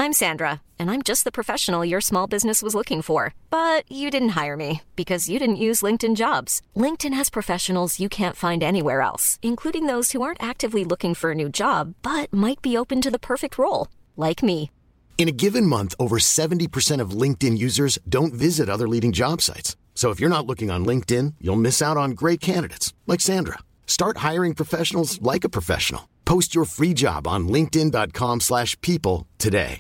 I'm Sandra, and I'm just the professional your small business was looking for. But you didn't hire me because you didn't use LinkedIn Jobs. LinkedIn has professionals you can't find anywhere else, including those who aren't actively looking for a new job, but might be open to the perfect role, like me. In a given month, over 70% of LinkedIn users don't visit other leading job sites. So if you're not looking on LinkedIn, you'll miss out on great candidates like Sandra. Start hiring professionals like a professional. Post your free job on linkedin.com/people today.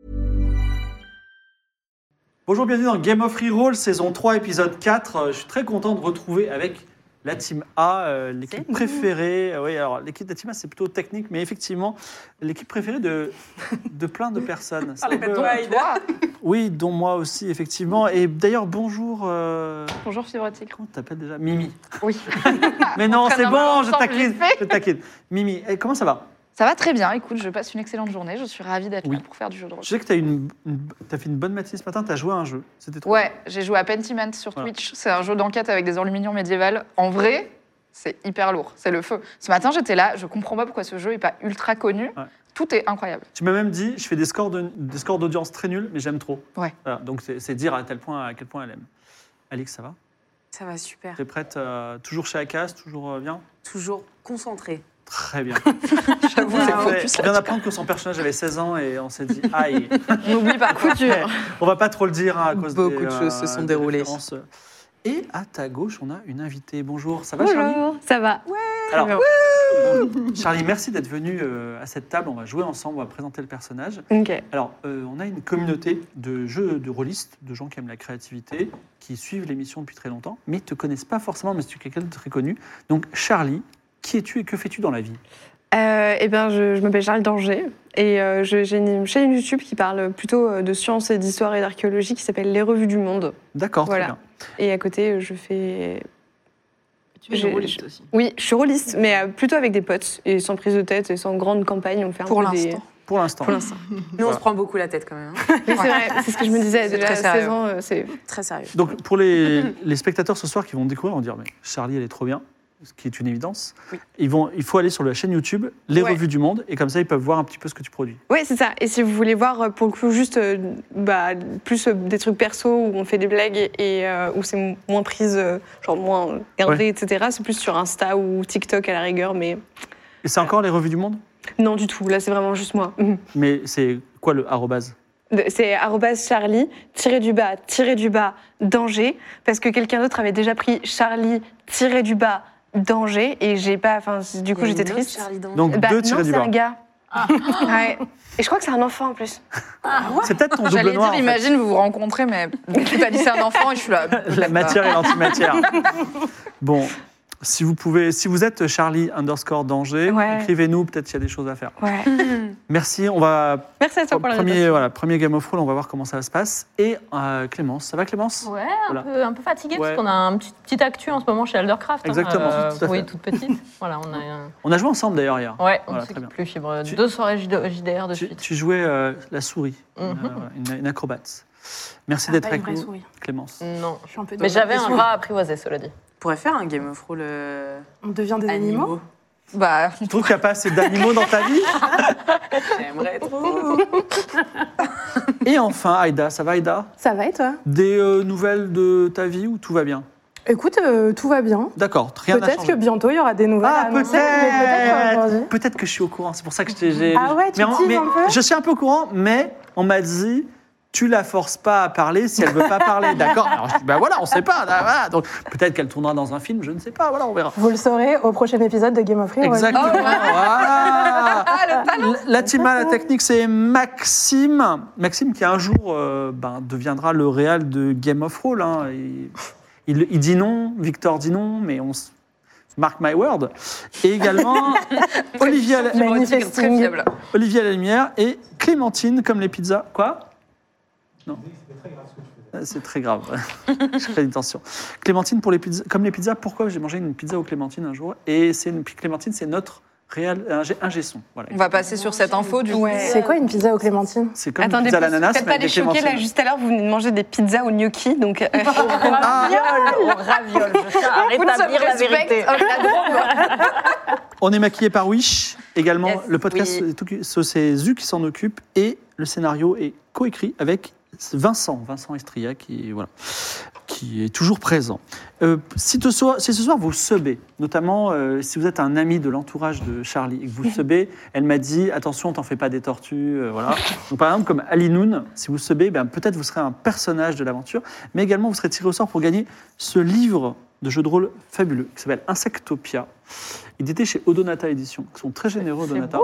Bonjour, bienvenue dans Game of Reroll, saison 3, épisode 4. Je suis très content de retrouver avec la Team A, l'équipe préférée. Oui, alors l'équipe de la Team A, c'est plutôt technique, mais effectivement, l'équipe préférée de plein de personnes. Toi. Oui, dont moi aussi, effectivement. Et d'ailleurs, bonjour... Bonjour Fibrotique. Comment tu t'appelles déjà? Mimi. Oui. Mais non, c'est bon, je ensemble, taquine. vite fait. Je taquine. Mimi, comment ça va? Ça va très bien, écoute, je passe une excellente journée, je suis ravie d'être Oui. là pour faire du jeu de rôle. Je sais que tu as fait une bonne matinée ce matin, tu as joué à un jeu. C'était trop Ouais, j'ai joué à Pentiment sur Voilà. Twitch, c'est un jeu d'enquête avec des enluminures médiévales. En vrai, c'est hyper lourd, c'est le feu. Ce matin, j'étais là, je comprends pas pourquoi ce jeu est pas ultra connu. Ouais. Tout est incroyable. Tu m'as même dit, je fais des scores d'audience très nuls, mais j'aime trop. Ouais. Voilà, donc c'est dire à quel point elle aime. Alix, ça va? Ça va super. T'es prête? Toujours chez Acas, toujours bien? Toujours concentré. Très bien. J'avoue, c'est focus On vient là. d'apprendre que son personnage avait 16 ans et on s'est dit, aïe. N'oublie pas, coup dur. On va pas trop le dire hein, à cause Beaucoup des, de choses se sont des déroulées. références. Et à ta gauche, on a une invitée. Bonjour, ça va Charlie? Bonjour, ça va. Alors, Charlie, merci d'être venue à cette table. On va jouer ensemble, on va présenter le personnage. Ok. Alors, on a une communauté de jeux de rôlistes, de gens qui aiment la créativité, qui suivent l'émission depuis très longtemps, mais ne te connaissent pas forcément, mais tu es quelqu'un de très connu. Donc, Charlie, qui es-tu et que fais-tu dans la vie? Je m'appelle Charles Danger et j'ai une chaîne YouTube qui parle plutôt de sciences et d'histoire et d'archéologie qui s'appelle Les Revues du Monde. D'accord, Voilà. très bien. Et à côté, je fais... Tu es rôliste aussi. Oui, je suis rôliste, mais plutôt avec des potes et sans prise de tête et sans grande campagne. On fait un Pour peu des- l'instant. Pour l'instant. Pour l'instant. Nous, on se prend beaucoup la tête quand même. Mais c'est vrai, c'est ce que je me disais. C'est Déjà, très sérieux. 16 ans, c'est... Très sérieux. Donc, pour les spectateurs ce soir qui vont découvrir, vont dire, mais Charlie, elle est trop bien, ce qui est une évidence. Oui. Il faut aller sur la chaîne YouTube, Les Ouais. Revues du Monde, et comme ça, ils peuvent voir un petit peu ce que tu produis. Oui, c'est ça. Et si vous voulez voir, pour le coup, juste plus des trucs perso où on fait des blagues et où c'est moins prise, genre moins gardé, etc., c'est plus sur Insta ou TikTok à la rigueur, mais Et c'est encore Les Revues du Monde? non du tout. Là, c'est vraiment juste moi. Mais c'est quoi le arrobase? C'est @Charlie, _danger, parce que quelqu'un d'autre avait déjà pris Charlie, danger, et j'ai pas. Enfin, du coup, j'étais triste. Donc, Bah, deux non, tirés du c'est bas. un gars. Ouais. Et je crois que c'est un enfant en plus. C'est peut-être ton double J'allais noir. dire, en fait. imagine, vous vous rencontrez, mais tu as dit c'est un enfant et je suis là. La matière et l'antimatière. Bon, si vous êtes Charlie _danger, Ouais. écrivez-nous, peut-être qu'il y a des choses à faire. Ouais. Merci, on va... Merci à toi pour l'invitation. Premier Game of Roll, on va voir comment ça se passe. Et Clémence, ça va Clémence? Ouais, Voilà. un peu fatiguée Ouais. parce qu'on a un petit actu en ce moment chez Eldercraft. Exactement, tout à fait. Oui, toute petite. Voilà, on a. On a joué ensemble d'ailleurs hier. Ouais, on Voilà, sait très bien. plus fibre. Tu- 2 soirées JDR de suite. Tu jouais la souris, une acrobate. Merci d'être avec nous, souris. Clémence. Non. Je suis un peu Mais j'avais un rat apprivoisé, cela dit. On pourrait faire un Game of Roll On devient des animaux. Bah, Tu trouves qu'il n'y a pas assez d'animaux dans ta vie? J'aimerais trop. Et enfin, Aïda, ça va Aïda? Ça va et toi? Des nouvelles de ta vie ou tout va bien? Écoute, tout va bien. D'accord, rien n'a Peut-être changé. que bientôt il y aura des nouvelles à Ah, annoncer, mais peut-être aujourd'hui. Peut-être que je suis au courant, c'est pour ça que j'ai... Ah ouais, tu teases un peu? Je suis un peu au courant, mais on m'a dit, tu la forces pas à parler si elle veut pas parler, d'accord? Alors je dis, ben voilà, on sait pas, voilà. Donc peut-être qu'elle tournera dans un film, je ne sais pas, voilà, on verra. Vous le saurez au prochain épisode de Game of Thrones. Exactement, Oh, ouais. voilà. La team A, la technique, c'est Maxime. Maxime qui un jour deviendra le réal de Game of Roll. Hein. Il dit non, Victor dit non, mais on se... Mark my word. Et également Olivier Fibrotique, très fiable. Olivier à la lumière et Clémentine comme les pizzas. Quoi? Non. C'est très grave. Je fais attention. Clémentine pour les pizzas, comme les pizzas. Pourquoi j'ai mangé une pizza aux Clémentines un jour? Et Clémentine, c'est notre ingé son. Voilà. On va passer sur cette info du coup. C'est quoi une pizza aux clémentines? C'est comme Attendez, une pizza à l'ananas, faites mais pas avec les des choquer, clémentines. là, juste à l'heure, vous venez de manger des pizzas au gnocchi, donc... Au raviol. Je tiens à rétablir la vérité. On est maquillé par Wish, également Yes, le podcast, c'est Zu qui s'en occupe, et le scénario est coécrit avec Vincent Estria, qui est toujours présent. Si ce soir vous subez, notamment si vous êtes un ami de l'entourage de Charlie et que vous subez, elle m'a dit attention, t'en fais pas des tortues, voilà. Donc par exemple comme Alinoun, si vous subez, peut-être vous serez un personnage de l'aventure, mais également vous serez tiré au sort pour gagner ce livre de jeu de rôle fabuleux qui s'appelle Insectopia. Il était chez Odonata Éditions, qui sont très généreux, Odonata.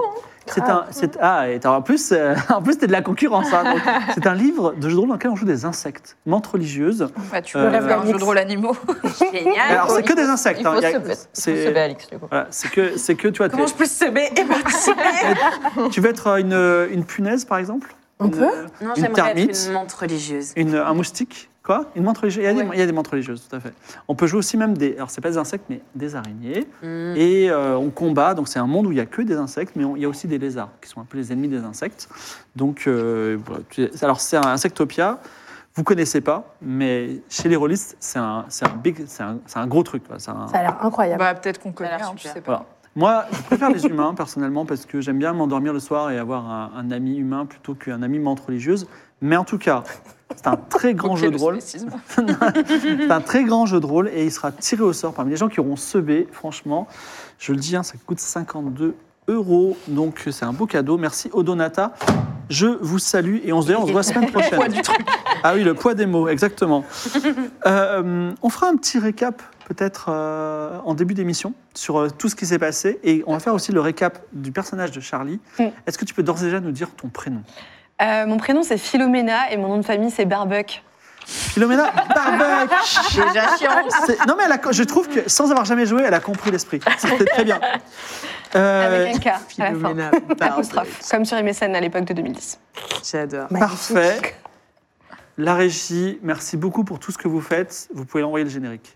En plus, t'es de la concurrence. Hein, donc, c'est un livre de jeu de rôle dans lequel on joue des insectes, menthes religieuses. Tu peux faire un jeu de rôle animaux. Génial. Alors, c'est que des insectes. Il faut se seber Alix, du coup. Voilà, c'est que tu vois. Comment je peux semer et participer? Tu veux être une punaise, par exemple? On peut? Non, une j'aimerais termite, être une menthe religieuse. un moustique. Quoi? Une menthe religieuse. Il y a des menthes religieuses, tout à fait. On peut jouer aussi même alors c'est pas des insectes, mais des araignées. Et on combat, donc c'est un monde où il n'y a que des insectes, mais il y a aussi des lézards, qui sont un peu les ennemis des insectes. Donc, alors c'est un Insectopia, vous connaissez pas, mais chez les rôlistes, c'est un gros truc. Quoi. Ça a l'air incroyable. Peut-être qu'on connaît, je sais pas. Voilà. Moi, je préfère les humains, personnellement, parce que j'aime bien m'endormir le soir et avoir un ami humain plutôt qu'un ami menthe religieuse. Mais en tout cas, c'est un très grand jeu de rôle. C'est un très grand jeu de rôle et il sera tiré au sort parmi les gens qui auront sebé. Franchement, je le dis, ça coûte 52 €. Donc, c'est un beau cadeau. Merci, Odonata. Je vous salue et on se voit la semaine prochaine. Le poids du truc. Ah oui, le poids des mots, exactement. On fera un petit récap peut-être en début d'émission sur tout ce qui s'est passé et on va faire aussi le récap du personnage de Charlie. Est-ce que tu peux d'ores et déjà nous dire ton prénom? Mon prénom c'est Philomena et mon nom de famille c'est Barbuck. Philomena Barbuck. Déjà chiant. Non mais je trouve que sans avoir jamais joué, elle a compris l'esprit. C'était très bien. Avec un K à la fin. Philomena Apostrophe, comme sur MSN à l'époque de 2010. J'adore. Parfait. La régie, merci beaucoup pour tout ce que vous faites. Vous pouvez envoyer le générique.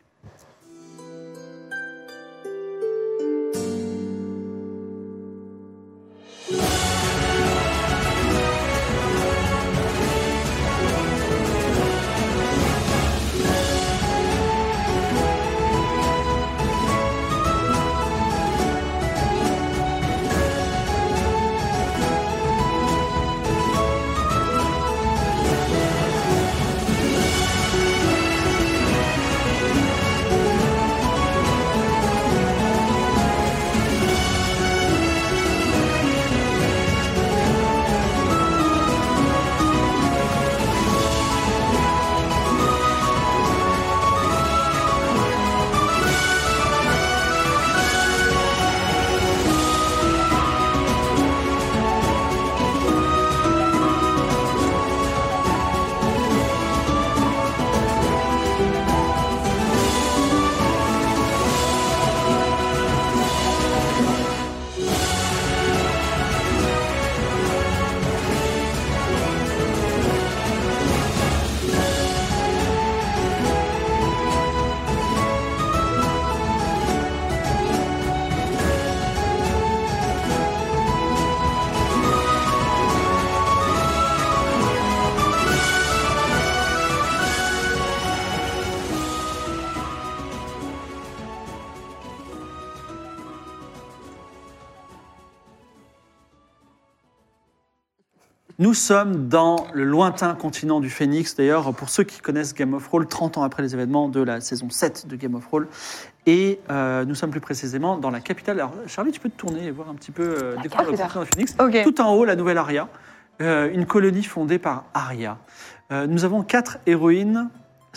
Nous sommes dans le lointain continent du Phénix. D'ailleurs, pour ceux qui connaissent Game of Thrones, 30 ans après les événements de la saison 7 de Game of Thrones. Et nous sommes plus précisément dans la capitale. Alors, Charlie, tu peux te tourner et voir un petit peu découvrir le continent du Phénix. Okay. Tout en haut, la nouvelle Arya, une colonie fondée par Arya. Nous avons 4 héroïnes,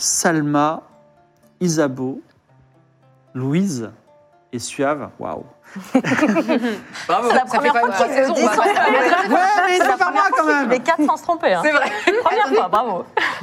Salma, Isabeau, Louise et Suave. Waouh! Bravo. C'est la première fois qu'il qu'ils le disent. Ouais, mais c'est pas moi quand même! Les 4 sans se tromper. Hein. C'est vrai. Première fois, bravo.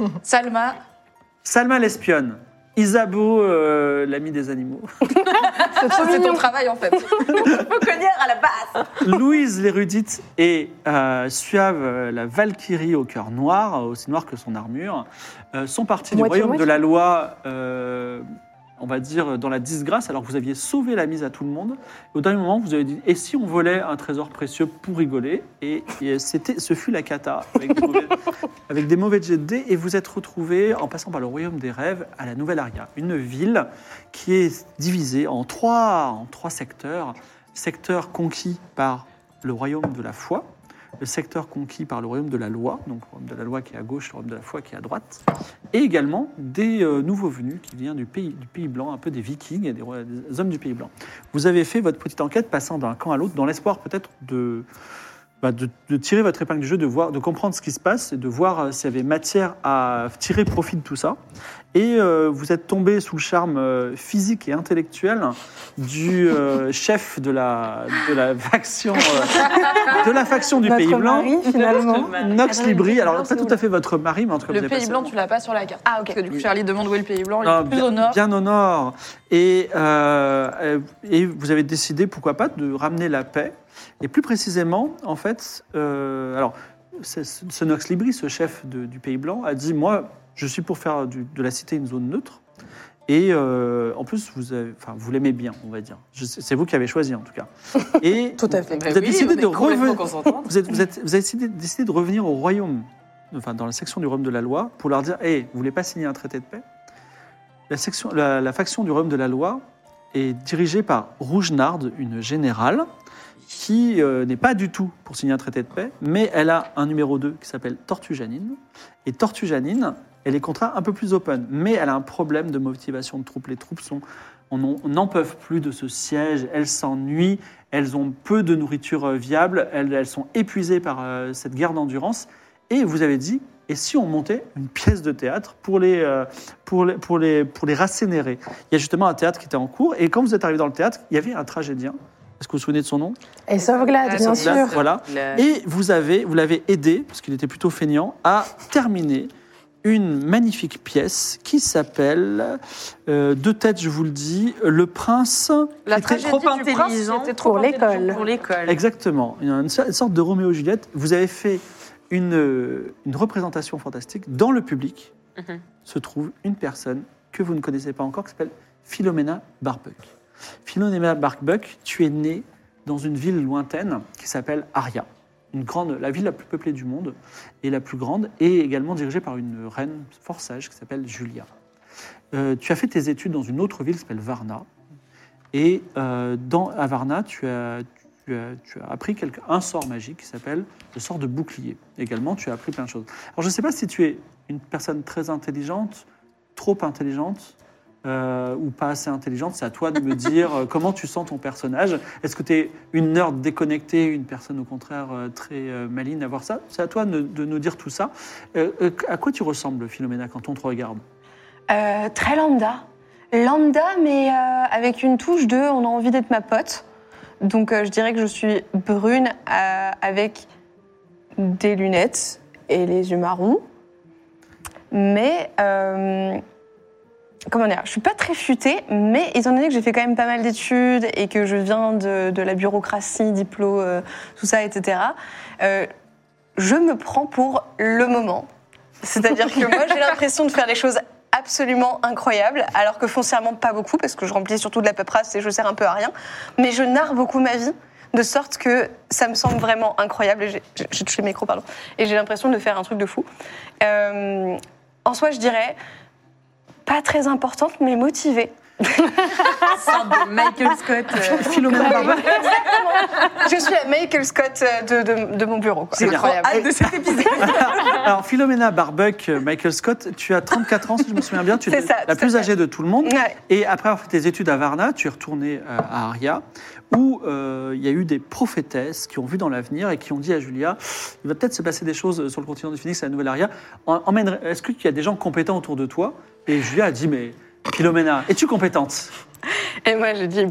Salma, l'espionne. Isabeau, l'ami des animaux. c'est ton travail en fait. Fauconnière à la base. Louise l'érudite et Suave, la Valkyrie au cœur noir, aussi noir que son armure, sont partis du royaume de la loi, on va dire, dans la disgrâce, alors que vous aviez sauvé la mise à tout le monde. Et au dernier moment, vous avez dit, et si on volait un trésor précieux pour rigoler? Et ce fut la cata, avec des mauvais jets de dés, et vous êtes retrouvés, en passant par le royaume des rêves, à la Nouvelle Aria, une ville qui est divisée en trois secteurs. Secteur conquis par le royaume de la foi, le secteur conquis par le royaume de la loi, donc le royaume de la loi qui est à gauche, le royaume de la foi qui est à droite, et également des nouveaux venus qui viennent du pays blanc, un peu des vikings et des hommes du pays blanc. Vous avez fait votre petite enquête passant d'un camp à l'autre dans l'espoir peut-être de tirer votre épingle du jeu, de comprendre ce qui se passe et de voir s'il y avait matière à tirer profit de tout ça. Et vous êtes tombé sous le charme physique et intellectuel du chef de la faction du Notre Pays Blanc, mari, finalement. Nox Libri. Alors, pas tout à fait votre mari, mais en tout cas, vous Le avez Pays passé- Blanc, tu l'as pas sur la carte. Ah, ok. Parce que du coup, Charlie demande où est le Pays Blanc, il Ah, est plus au nord. bien au nord. Et vous avez décidé, pourquoi pas, de ramener la paix. Et plus précisément, en fait, ce Nox Libri, ce chef du Pays Blanc, a dit, moi, je suis pour faire de la cité une zone neutre. Et en plus, vous l'aimez bien, on va dire. C'est vous qui avez choisi, en tout cas. Et Tout à fait. Bah vous avez oui, décidé on est de complètement revenir. consentante. Vous avez décidé de revenir au royaume, enfin dans la section du royaume de la loi, pour leur dire, hey, vous voulez pas signer un traité de paix? La faction du royaume de la loi est dirigée par Rougenarde, une générale, qui n'est pas du tout pour signer un traité de paix, mais elle a un numéro 2 qui s'appelle Tortue Janine. Et Tortue Janine, elle est contrat un peu plus open, mais elle a un problème de motivation de troupes. Les troupes n'en peuvent plus de ce siège, elles s'ennuient, elles ont peu de nourriture viable, elles sont épuisées par cette guerre d'endurance. Et vous avez dit, et si on montait une pièce de théâtre pour les rassénérer? Il y a justement un théâtre qui était en cours, et quand vous êtes arrivé dans le théâtre, il y avait un tragédien. Est-ce que vous vous souvenez de son nom? Et sauvegarde, bien sûr. Voilà. Et vous l'avez aidé, parce qu'il était plutôt feignant, à terminer une magnifique pièce qui s'appelle, de tête je vous le dis, Le Prince... La était- tragédie trop du prince, intelligent c'était trop pour intelligent l'école. Pour l'école. Exactement, une sorte de Roméo et Juliette. Vous avez fait une représentation fantastique. Dans le public se trouve une personne que vous ne connaissez pas encore, qui s'appelle Philomena Barbuck. Philomena Barbuck, tu es née dans une ville lointaine qui s'appelle Aria, la ville la plus peuplée du monde et la plus grande, et également dirigée par une reine fort sage qui s'appelle Julia. Tu as fait tes études dans une autre ville qui s'appelle Varna, et à Varna, tu as appris un sort magique qui s'appelle le sort de bouclier. Également, tu as appris plein de choses. Alors, je ne sais pas si tu es une personne très intelligente, trop intelligente, ou pas assez intelligente. C'est à toi de me dire comment tu sens ton personnage. Est-ce que tu es une nerd déconnectée, une personne au contraire très maligne à voir ça? C'est à toi de nous dire tout ça. À quoi tu ressembles, Philomena, quand on te regarde? Très lambda. Lambda, mais avec une touche de on a envie d'être ma pote. Donc je dirais que je suis brune avec des lunettes et les yeux marrons. Mais comment dire, je suis pas très futée, mais étant donné que j'ai fait quand même pas mal d'études et que je viens de la bureaucratie, diplôme, tout ça, etc., je me prends pour le moment. C'est-à-dire que moi, j'ai l'impression de faire des choses absolument incroyables, alors que foncièrement pas beaucoup, parce que je remplis surtout de la paperasse et je sers un peu à rien. Mais je narre beaucoup ma vie, de sorte que ça me semble vraiment incroyable. Et j'ai touché le micro, pardon. Et j'ai l'impression de faire un truc de fou. En soi, je dirais pas très importante, mais motivée. Sorte de Michael Scott. Philomena Barbuck. Je suis la Michael Scott de mon bureau. Quoi. C'est bien. incroyable. Hâte de cet épisode. Alors, Philomena Barbuck, Michael Scott, tu as 34 ans, si je me souviens bien. Tu es C'est ça, la tout plus à fait. âgée de tout le monde. Ouais. Et après avoir fait tes études à Varna, tu es retournée à Aria, où il y a eu des prophétesses qui ont vu dans l'avenir et qui ont dit à Julia, il va peut-être se passer des choses sur le continent du Phoenix, à la nouvelle Aria. Est-ce qu'il y a des gens compétents autour de toi? Et Julia a dit, mais Philomena, es-tu compétente? Et moi, je dis,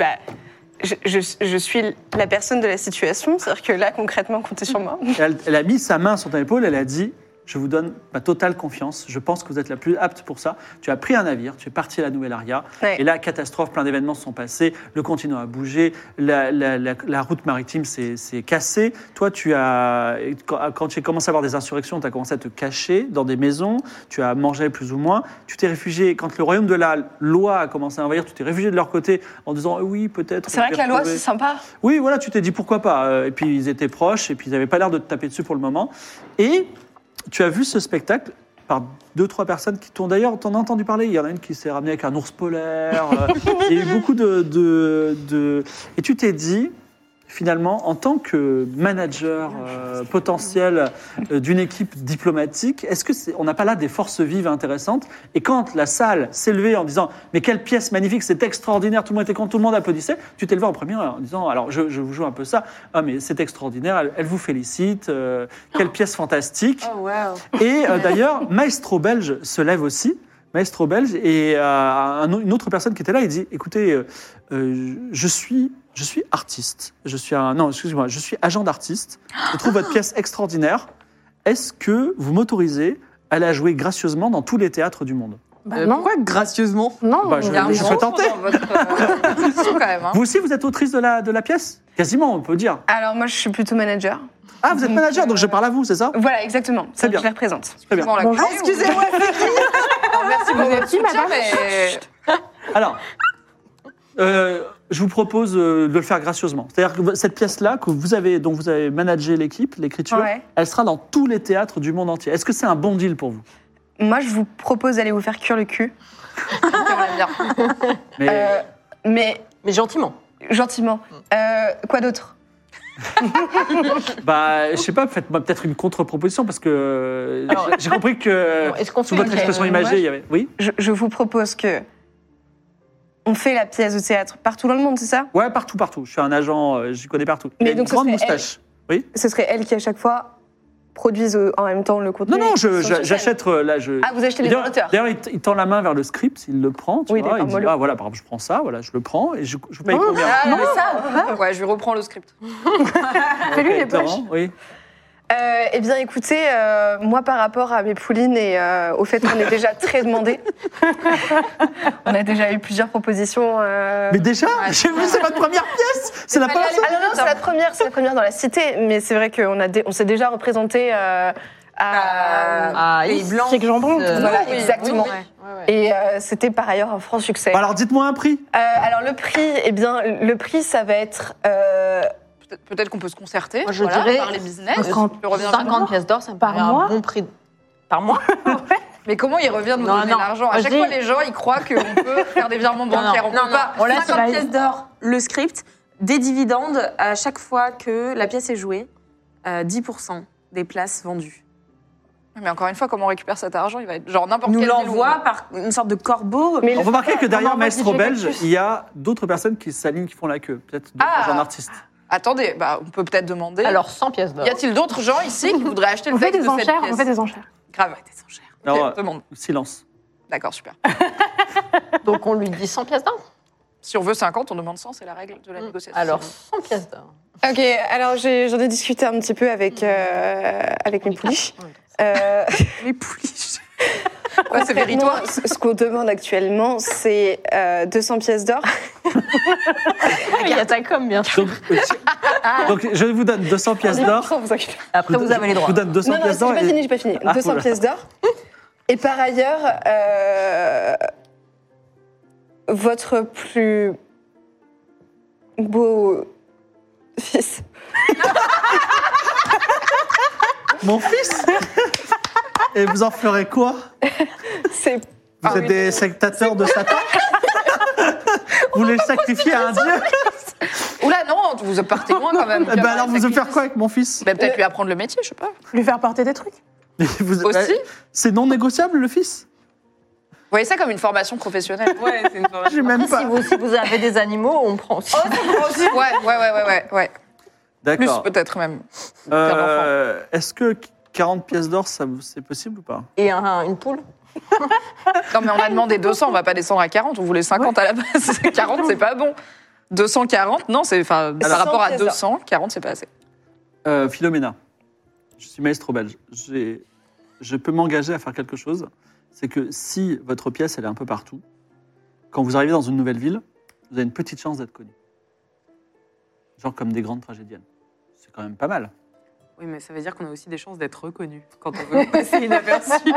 je suis la personne de la situation. C'est-à-dire que là, concrètement, comptez sur moi. Elle a mis sa main sur ton épaule, elle a dit, je vous donne ma totale confiance, je pense que vous êtes la plus apte pour ça. Tu as pris un navire, tu es parti à la Nouvelle Aria, Ouais. et là, catastrophe, plein d'événements se sont passés, le continent a bougé, la route maritime s'est cassée. Toi, quand tu as commencé à avoir des insurrections, tu as commencé à te cacher dans des maisons, tu as mangé plus ou moins, tu t'es réfugié, quand le royaume de la loi a commencé à envahir, tu t'es réfugié de leur côté en disant, oui, peut-être... C'est vrai que la loi, c'est sympa. Oui, voilà, tu t'es dit pourquoi pas. Et puis ils étaient proches, et puis ils n'avaient pas l'air de te taper dessus pour le moment. Et tu as vu ce spectacle par 2-3 personnes qui t'ont d'ailleurs, t'en as entendu parler. Il y en a une qui s'est ramenée avec un ours polaire. Il y a eu beaucoup de... Et tu t'es dit, finalement, en tant que manager potentiel d'une équipe diplomatique, est-ce que on n'a pas là des forces vives intéressantes? Et quand la salle s'est levée en disant « Mais quelle pièce magnifique, c'est extraordinaire, tout le monde était content, tout le monde applaudissait », tu t'es levé en premier en disant « Alors, je vous joue un peu ça. Ah, mais c'est extraordinaire, elle vous félicite, quelle pièce fantastique. » Oh, wow. Et d'ailleurs, Maestro Belge se lève aussi. Maestro Belge et une autre personne qui était là, il dit écoutez, je suis artiste, je suis agent d'artiste, je trouve votre pièce extraordinaire. Est-ce que vous m'autorisez à la jouer gracieusement dans tous les théâtres du monde? Non. Pourquoi gracieusement? Non. Bah, je peux tenter. Dans votre position, quand même. Hein. Vous aussi, vous êtes autrice de la pièce? Quasiment, on peut dire. Alors moi, je suis plutôt manager. Ah, vous êtes manager, donc je parle à vous, c'est ça? Voilà, exactement. Très bien. Je la représente. Très bien. Bon, la Bonjour. clé, Excusez-moi, merci pour votre qui, soutien, madame mais... Alors, je vous propose de le faire gracieusement. C'est-à-dire que cette pièce-là, dont vous avez managé l'équipe, l'écriture, Ouais. elle sera dans tous les théâtres du monde entier. Est-ce que c'est un bon deal pour vous? Moi, je vous propose d'aller vous faire cuire le cul. on l'aime bien. Mais, Mais gentiment. Gentiment. Quoi d'autre? je sais pas, faites-moi peut-être une contre-proposition parce que j'ai compris que Est-ce qu'on sous fait votre expression imagée, il y avait. Oui? Je vous propose que on fait la pièce de théâtre partout dans le monde, c'est ça? Ouais, partout. Je suis un agent, j'y connais partout. Mais Il a une donc, ce grande serait moustache. Oui? Ce serait elle qui, à chaque fois, produise en même temps le contenu. Non, et qui sont sur scène. j'achète. Ah, vous achetez les droits d'auteur? D'ailleurs, il tend la main vers le script, il le prend. Tu Oui, vois, d'accord, il dit mollo. ah, voilà, par exemple, je prends ça, voilà, je le prends et je vous paye Oh, combien? Ah, non, mais ça, ouais, je lui reprends le script. Fais-lui les Laurent, poches. oui. Eh bien, écoutez, moi, par rapport à mes poulines et au fait qu'on est déjà très demandé, on a déjà eu plusieurs propositions. Mais déjà, j'ai vu, c'est votre première pièce. C'est la première. Ah non, c'est la première dans la cité, mais c'est vrai on s'est déjà représenté à Pays Blanc. Steak jambon. Voilà, Oui, exactement. oui, oui. Ouais, ouais. Et c'était par ailleurs un franc succès. Alors, dites-moi un prix. Alors le prix, le prix, ça va être. Peut-être qu'on peut se concerter. Moi, je voilà, dirais parler business. 50 Je reviens 50 pièces d'or, ça me Par paraît mois un bon prix. Par mois? Mais comment il revient de nous Non, donner non. l'argent? À Moi, chaque je fois, dis- les gens, ils croient qu'on peut faire des virements bancaires. On peut pas. On laisse 50 pièces d'or, le script, des dividendes à chaque fois que la pièce est jouée, 10% des places vendues. Mais encore une fois, comment on récupère cet argent? Il va être genre n'importe Nous quel l'envoie par une sorte de corbeau. Mais On peut remarquer que derrière on envoie Maestro DJ Belge, Cactus. il y a d'autres personnes qui s'alignent, qui font la queue. Peut-être d'autres Ah. agents d'artistes. Attendez, on peut peut-être demander. Alors, 100 pièces d'or. Y a-t-il d'autres gens ici qui voudraient acheter le On fait texte des de cette enchères, pièce? on fait des enchères. Grave, des enchères. Ok, Alors, demande. silence. D'accord, super. Donc, on lui dit 100 pièces d'or. Si on veut 50, on demande 100, c'est la règle de la négociation. Alors, 100 pièces d'or. Ok, alors j'en ai discuté un petit peu avec mes pouliches. Les pouliches. Ouais, c'est méritoire. Ce qu'on demande actuellement, c'est 200 pièces d'or. Il y a ta com, bien sûr. Donc, je vous donne 200 pièces d'or. Vous inquiétez pas. Après, vous avez les Je droits. vous donne 200 Non, non, pièces d'or. j'ai pas fini. Ah, 200 voilà. pièces d'or. Et par ailleurs, votre plus beau fils. Mon fils. Et vous en ferez quoi? C'est Vous êtes des sectateurs de Satan? Vous les sacrifiez à un dieu? Oula, non, vous partez loin quand même. Eh ben alors, vous allez faire quoi avec mon fils? Peut-être lui apprendre le métier, je sais pas. Lui faire porter des trucs. Aussi. C'est non négociable, le fils? Vous voyez ça comme une formation professionnelle? Ouais, c'est une formation. J'ai même Après, pas. si vous avez des animaux, on prend aussi. Ouais. Plus D'accord. peut-être même. Est-ce que 40 pièces d'or, c'est possible ou pas? Et une poule. Non, mais on a demandé 200, on va pas descendre à 40, on voulait 50 à la base. 40, c'est pas bon. 240, non, c'est par rapport à 200, 40, c'est pas assez. Philomena, je suis maestro belge. Je peux m'engager à faire quelque chose. C'est que si votre pièce, elle est un peu partout, quand vous arrivez dans une nouvelle ville, vous avez une petite chance d'être connu. Genre comme des grandes tragédiennes. C'est quand même pas mal. Oui, mais ça veut dire qu'on a aussi des chances d'être reconnus quand on veut passer inaperçu.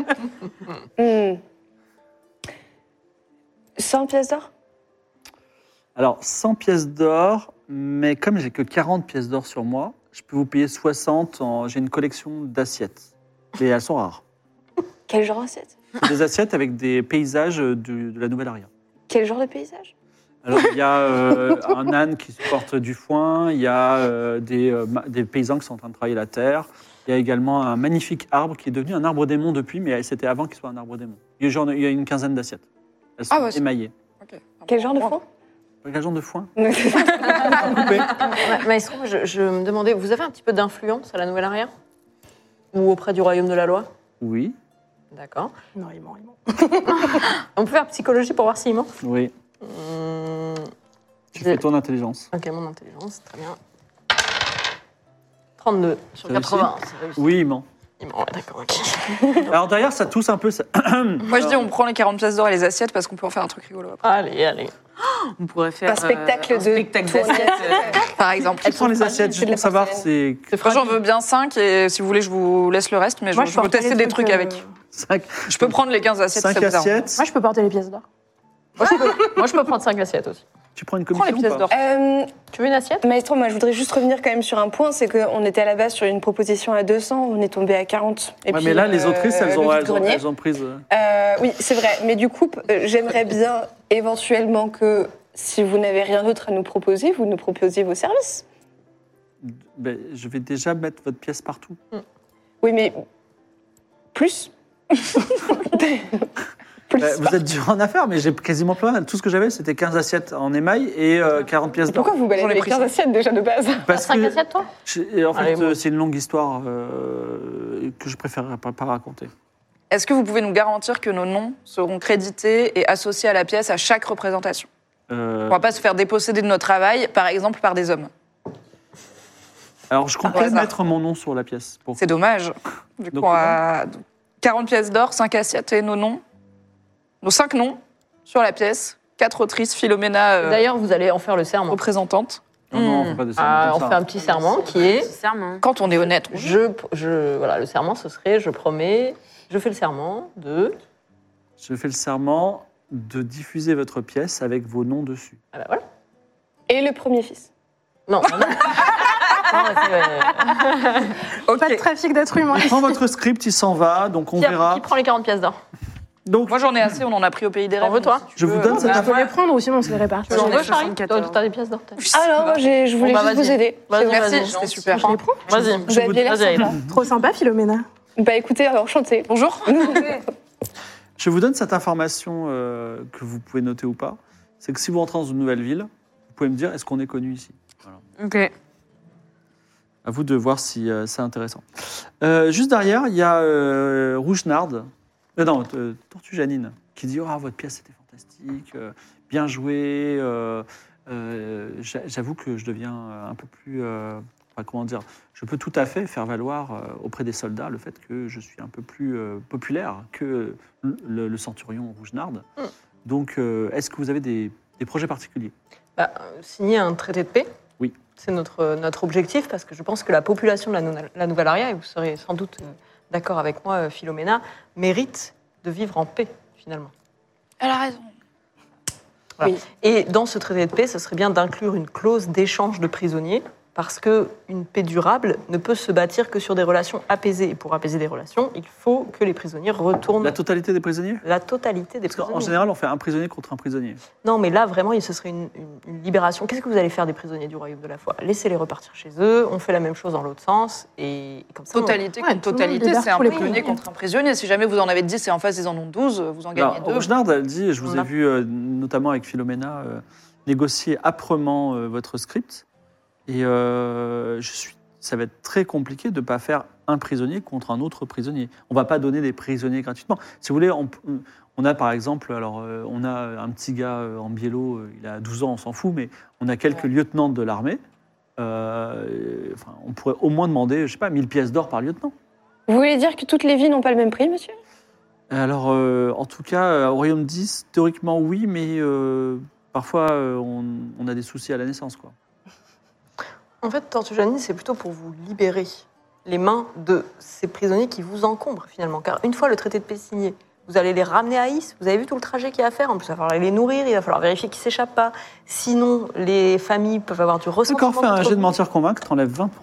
100 pièces d'or. Alors, 100 pièces d'or, mais comme j'ai que 40 pièces d'or sur moi, je peux vous payer 60 j'ai une collection d'assiettes. Et elles sont rares. Quel genre d'assiette? C'est des assiettes avec des paysages de la Nouvelle Aria. Quel genre de paysage? Alors, il y a un âne qui porte du foin, il y a des paysans qui sont en train de travailler la terre, il y a également un magnifique arbre qui est devenu un arbre démon depuis, mais c'était avant qu'il soit un arbre démon. Il y a une quinzaine d'assiettes. Elles sont émaillées. Ok. Quel genre de foin? Quel genre de foin? Maestro, je me demandais, vous avez un petit peu d'influence à la Nouvelle-Aria? Ou auprès du Royaume de la Loi? Oui. D'accord. Non, il ment, il ment. On peut faire psychologie pour voir s'il ment? Oui. Tu fais ton intelligence. Ok, mon intelligence, très bien. 32 sur Ça 80, c'est réussi. Oui, il ment. Il ment, ouais, d'accord, ok. Alors derrière, ça tousse un peu. Ça... Moi, je dis, on prend les 40 pièces d'or et les assiettes parce qu'on peut en faire un truc rigolo après. Allez. On pourrait faire Un spectacle de d'assiettes. Par exemple. Qui prend les assiettes, juste pour savoir, c'est... J'en veux bien 5 et si vous voulez, je vous laisse le reste, mais Moi, je peux tester des trucs avec. 5 Je peux prendre les 15 assiettes. 5 si ça vous arrange. assiettes. Moi, je peux porter les pièces d'or. Moi, je peux prendre 5 assiettes aussi. Tu prends une Prends commission les pièces ou pas d'or. Tu veux une assiette? Maestro, moi je voudrais juste revenir quand même sur un point, c'est qu'on était à la base sur une proposition à 200, on est tombé à 40. Et Ouais, puis, mais là, les autrices, elles ont vide-grenier. prise... Oui, c'est vrai, mais du coup, j'aimerais bien éventuellement que si vous n'avez rien d'autre à nous proposer, vous nous proposiez vos services. Ben, je vais déjà mettre votre pièce partout. Oui, mais plus Plus Vous êtes dur en affaires, mais j'ai quasiment plus rien. Tout ce que j'avais, c'était 15 assiettes en émail et 40 pièces d'or. Pourquoi vous balayez les 15 assiettes déjà de base? Parce 5 que, assiettes, toi? en fait, Allez, bon. c'est une longue histoire que je préférerais pas raconter. Est-ce que vous pouvez nous garantir que nos noms seront crédités et associés à la pièce à chaque représentation? On va pas se faire déposséder de notre travail, par exemple, par des hommes. Alors, je comptais mettre mon nom sur la pièce. C'est dommage. Du coup, on a 40 pièces d'or, 5 assiettes et nos noms. Nos 5 noms sur la pièce. 4 autrices, Philomena, D'ailleurs, vous allez en faire le serment. représentante. Non, on fait pas de serment On comme fait ça. un petit serment qui est... Serment. Quand on est honnête. Voilà, le serment, ce serait, je promets, je fais le serment de... Je fais le serment de diffuser votre pièce avec vos noms dessus. Ah bah voilà. Et le premier fils. Non, non. Pas de trafic d'êtres humains. Il prend votre script, il s'en va, donc on verra. Qui prend les 40 pièces d'or? Donc, Moi, j'en ai assez, on en a pris au pays des rêves. T'en veux, toi? donc si tu je vous veux, donne cette Il faut les prendre ou sinon on se les répare. Tu en veux, Charlie? 74. T'as des pièces d'or, peut-être? Ah non, moi, je voulais Bon, bah, juste vous vas-y. aider. Vas-y, Merci, vas-y. c'était super. Je les prends. Vas-y. Vous avez l'air Vas-y, sympa. Trop sympa, Philomena. Bah écoutez, enchantée. Bonjour. je vous donne cette information que vous pouvez noter ou pas. C'est que si vous rentrez dans une nouvelle ville, vous pouvez me dire est-ce qu'on est connu ici. Voilà. Ok. À vous de voir si c'est intéressant. Juste derrière, il y a Rougenard, Tortue Janine, qui dit votre pièce était fantastique, bien joué. J'avoue que je deviens un peu plus. Comment dire? Je peux tout à fait faire valoir auprès des soldats le fait que je suis un peu plus populaire que le centurion Rougenard. Donc, est-ce que vous avez des projets particuliers? Signer un traité de paix. Oui. C'est notre objectif parce que je pense que la population de la Nouvelle-Aria, et vous serez sans doute d'accord avec moi, Philomena, mérite de vivre en paix, finalement. Elle a raison. Voilà. Oui. Et dans ce traité de paix, ce serait bien d'inclure une clause d'échange de prisonniers parce qu'une paix durable ne peut se bâtir que sur des relations apaisées. Et pour apaiser des relations, il faut que les prisonniers retournent La totalité des prisonniers? la totalité des Parce prisonniers. qu'en général, on fait un prisonnier contre un prisonnier. Non, mais là, vraiment, ce serait une libération. Qu'est-ce que vous allez faire des prisonniers du Royaume de la Foi? Laissez-les repartir chez eux, on fait la même chose dans l'autre sens, et comme ça... Totalité Ouais, contre tout le monde totalité, libère c'est un tous les prisonnier prisonniers. contre un prisonnier. Si jamais vous en avez 10 et en face ils en ont 12, vous en gagnez 2. Rougenard, elle dit, je vous ai vu notamment avec Philomena négocier âprement votre script. Et ça va être très compliqué de ne pas faire un prisonnier contre un autre prisonnier. On ne va pas donner des prisonniers gratuitement. Si vous voulez, on a par exemple, on a un petit gars en biello, il a 12 ans, on s'en fout, mais on a quelques lieutenants de l'armée. On pourrait au moins demander, je ne sais pas, 1000 pièces d'or par lieutenant. Vous voulez dire que toutes les vies n'ont pas le même prix, monsieur? Alors, en tout cas, au Royaume 10, théoriquement oui, mais parfois on a des soucis à la naissance, quoi. En fait, Tortue Janine, c'est plutôt pour vous libérer les mains de ces prisonniers qui vous encombrent, finalement. Car une fois le traité de paix signé, vous allez les ramener à Is, vous avez vu tout le trajet qu'il y a à faire, en plus il va falloir les nourrir, il va falloir vérifier qu'ils ne s'échappent pas. Sinon, les familles peuvent avoir du ressentiment. Encore fait un contre jet de vous. mentir-convaincre, t'enlèves 20%.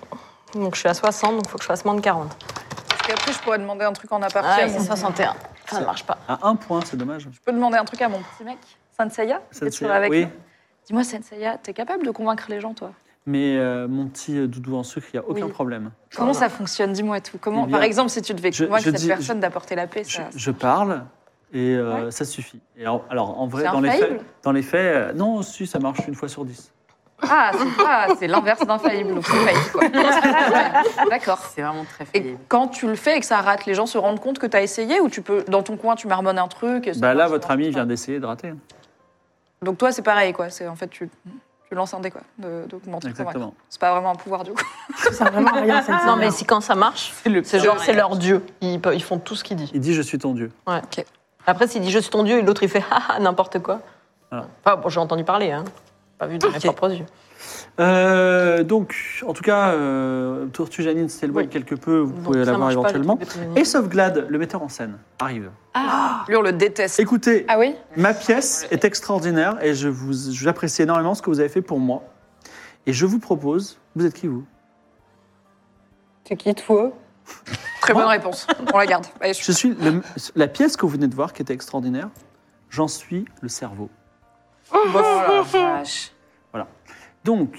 Donc je suis à 60, donc il faut que je fasse moins de 40. Parce qu'après, je pourrais demander un truc en Ah, aparté. c'est 61. Ça ne marche pas. À 1 point, c'est dommage. Je peux demander un truc à mon petit mec, Senseiya, qui est toujours avec oui. nous. Dis-moi, Senseiya, t'es capable de convaincre les gens, toi? Mais mon petit doudou en sucre, il n'y a aucun problème. Comment ça fonctionne? Dis-moi tout. Comment, Eh bien, par exemple, si tu devais convaincre cette dis- personne d'apporter la paix, ça... Je parle et ça suffit. Et alors, en vrai, C'est dans les faits, non, si, ça marche 1 fois sur 10. Ah, c'est l'inverse d'infaillible. Donc c'est faillible, quoi. D'accord. C'est vraiment très Et faillible. quand tu le fais et que ça rate, les gens se rendent compte que tu as essayé ou tu peux, dans ton coin, tu marmonnes un truc et ça Bah là, marche, votre ça ami marche vient pas. d'essayer de rater. Donc toi, c'est pareil, quoi. C'est en fait, tu lances un dé, quoi, de mentir. Exactement. C'est pas vraiment un pouvoir, du coup. Ça sert vraiment à rien, cette Non, mais si quand ça marche, c'est leur dieu. Ils font tout ce qu'il dit. Il dit, je suis ton dieu. Ouais. Ok. Après, s'il dit je suis ton dieu et l'autre il fait haha, n'importe quoi. Voilà. Enfin, bon, j'ai entendu parler, hein. Pas vu de mes propres yeux. Donc, en tout cas, Tortue Janine s'éloigne quelque peu, vous Donc, pouvez ça l'avoir marche pas, le éventuellement. truc des prisonniers. Et Sauveglade, le metteur en scène, arrive. Lui, on le déteste. Écoutez, Ah oui? ma pièce est extraordinaire et j'apprécie énormément ce que vous avez fait pour moi. Et je vous propose, vous êtes qui vous? C'est qui, toi? Très bonne réponse. On la garde. Allez, Je suis la pièce que vous venez de voir qui était extraordinaire. J'en suis le cerveau. Oh la vache. Donc,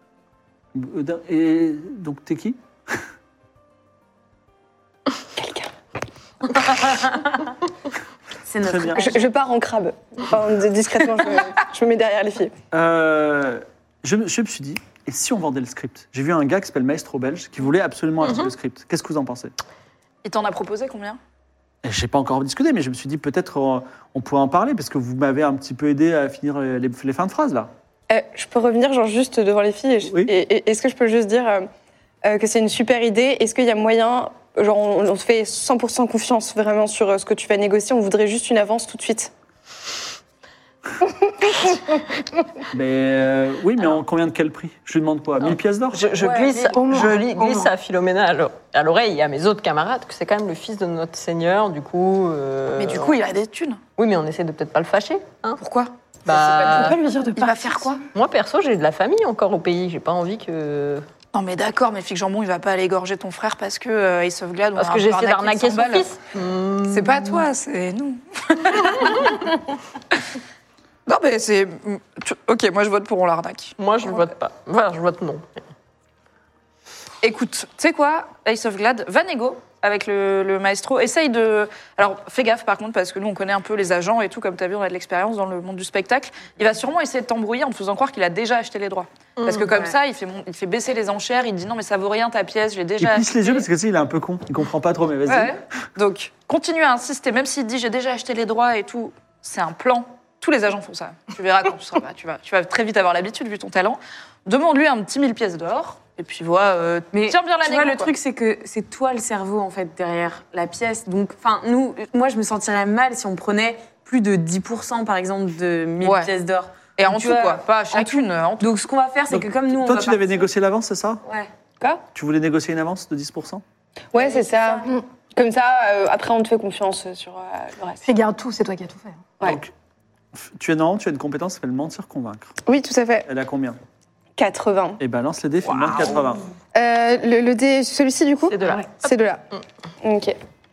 t'es qui? C'est Très notre bien. Je pars en crabe. Enfin, discrètement, je me mets derrière les filles. Je me suis dit, et si on vendait le script? J'ai vu un gars qui s'appelle Maestro Belge qui voulait absolument acheter le script. Qu'est-ce que vous en pensez? Il t'en a proposé combien? Je n'ai pas encore discuté, mais je me suis dit peut-être on pourrait en parler parce que vous m'avez un petit peu aidé à finir les fins de phrase là. Je peux revenir genre juste devant les filles Oui. et est-ce que je peux juste dire que c'est une super idée? Est-ce qu'il y a moyen, genre on te fait 100% confiance vraiment sur ce que tu vas négocier, on voudrait juste une avance tout de suite? Mais oui, mais en combien de quel prix? Je lui demande quoi? 1000 pièces d'or? Je glisse à Philomena à l'oreille et à mes autres camarades que c'est quand même le fils de notre seigneur, du coup... Mais du coup, il a des thunes. Oui, mais on essaie de peut-être pas le fâcher. Hein. Pourquoi? On peut pas lui dire de Il va partir. faire quoi? Moi, perso, j'ai de la famille encore au pays. J'ai pas envie que... Non mais d'accord, mais Fig Jambon, il va pas aller égorger ton frère parce que il sauvegarde. Parce que j'ai essayé d'arnaquer son fils. C'est pas toi, c'est nous. Non mais c'est... Ok, moi je vote pour on l'arnaque. Moi, je vote pas. Voilà, je vote non. Écoute, tu sais quoi, Ace of Glad, va négo avec le maestro. Essaye de... Alors, fais gaffe par contre, parce que nous, on connaît un peu les agents et tout. Comme tu as vu, on a de l'expérience dans le monde du spectacle. Il va sûrement essayer de t'embrouiller en te faisant croire qu'il a déjà acheté les droits. Parce que comme ça, il fait baisser les enchères. Il dit non, mais ça vaut rien ta pièce, je l'ai Il déjà plisse acheté. les yeux parce que tu sais, il est un peu con. Il comprend pas trop, mais vas-y. Ouais. Donc, continue à insister. Même s'il dit j'ai déjà acheté les droits et tout, c'est un plan. Tous les agents font ça. Tu verras quand tu seras là. Tu vas très vite avoir l'habitude vu ton talent. Demande-lui un petit 1000 pièces d'or. Et puis vois, Mais tiens bien la tu vois, négo, le quoi. truc, c'est que c'est toi le cerveau, en fait, derrière la pièce. Donc, enfin, moi, je me sentirais mal si on prenait plus de 10%, par exemple, de 1000 Ouais. pièces d'or. Et en Donc, tout, tu vois, quoi. Pas chacune. En tout. Donc, ce qu'on va faire, c'est Donc, que comme nous, on Toi, va tu devais partir- négocier l'avance, c'est ça? Ouais. Quoi? Tu voulais négocier une avance de 10%? Ouais, c'est ça. Comme ça, après, on te fait confiance sur le reste. Fais garde tout, c'est toi qui as tout fait. Ouais. Donc, tu as une compétence qui s'appelle mentir convaincre. Oui, tout à fait. Elle a combien? 80. Et balance les dés, fais moins de 80. Le dé, celui-ci, du coup? C'est de là. C'est de là. Ok.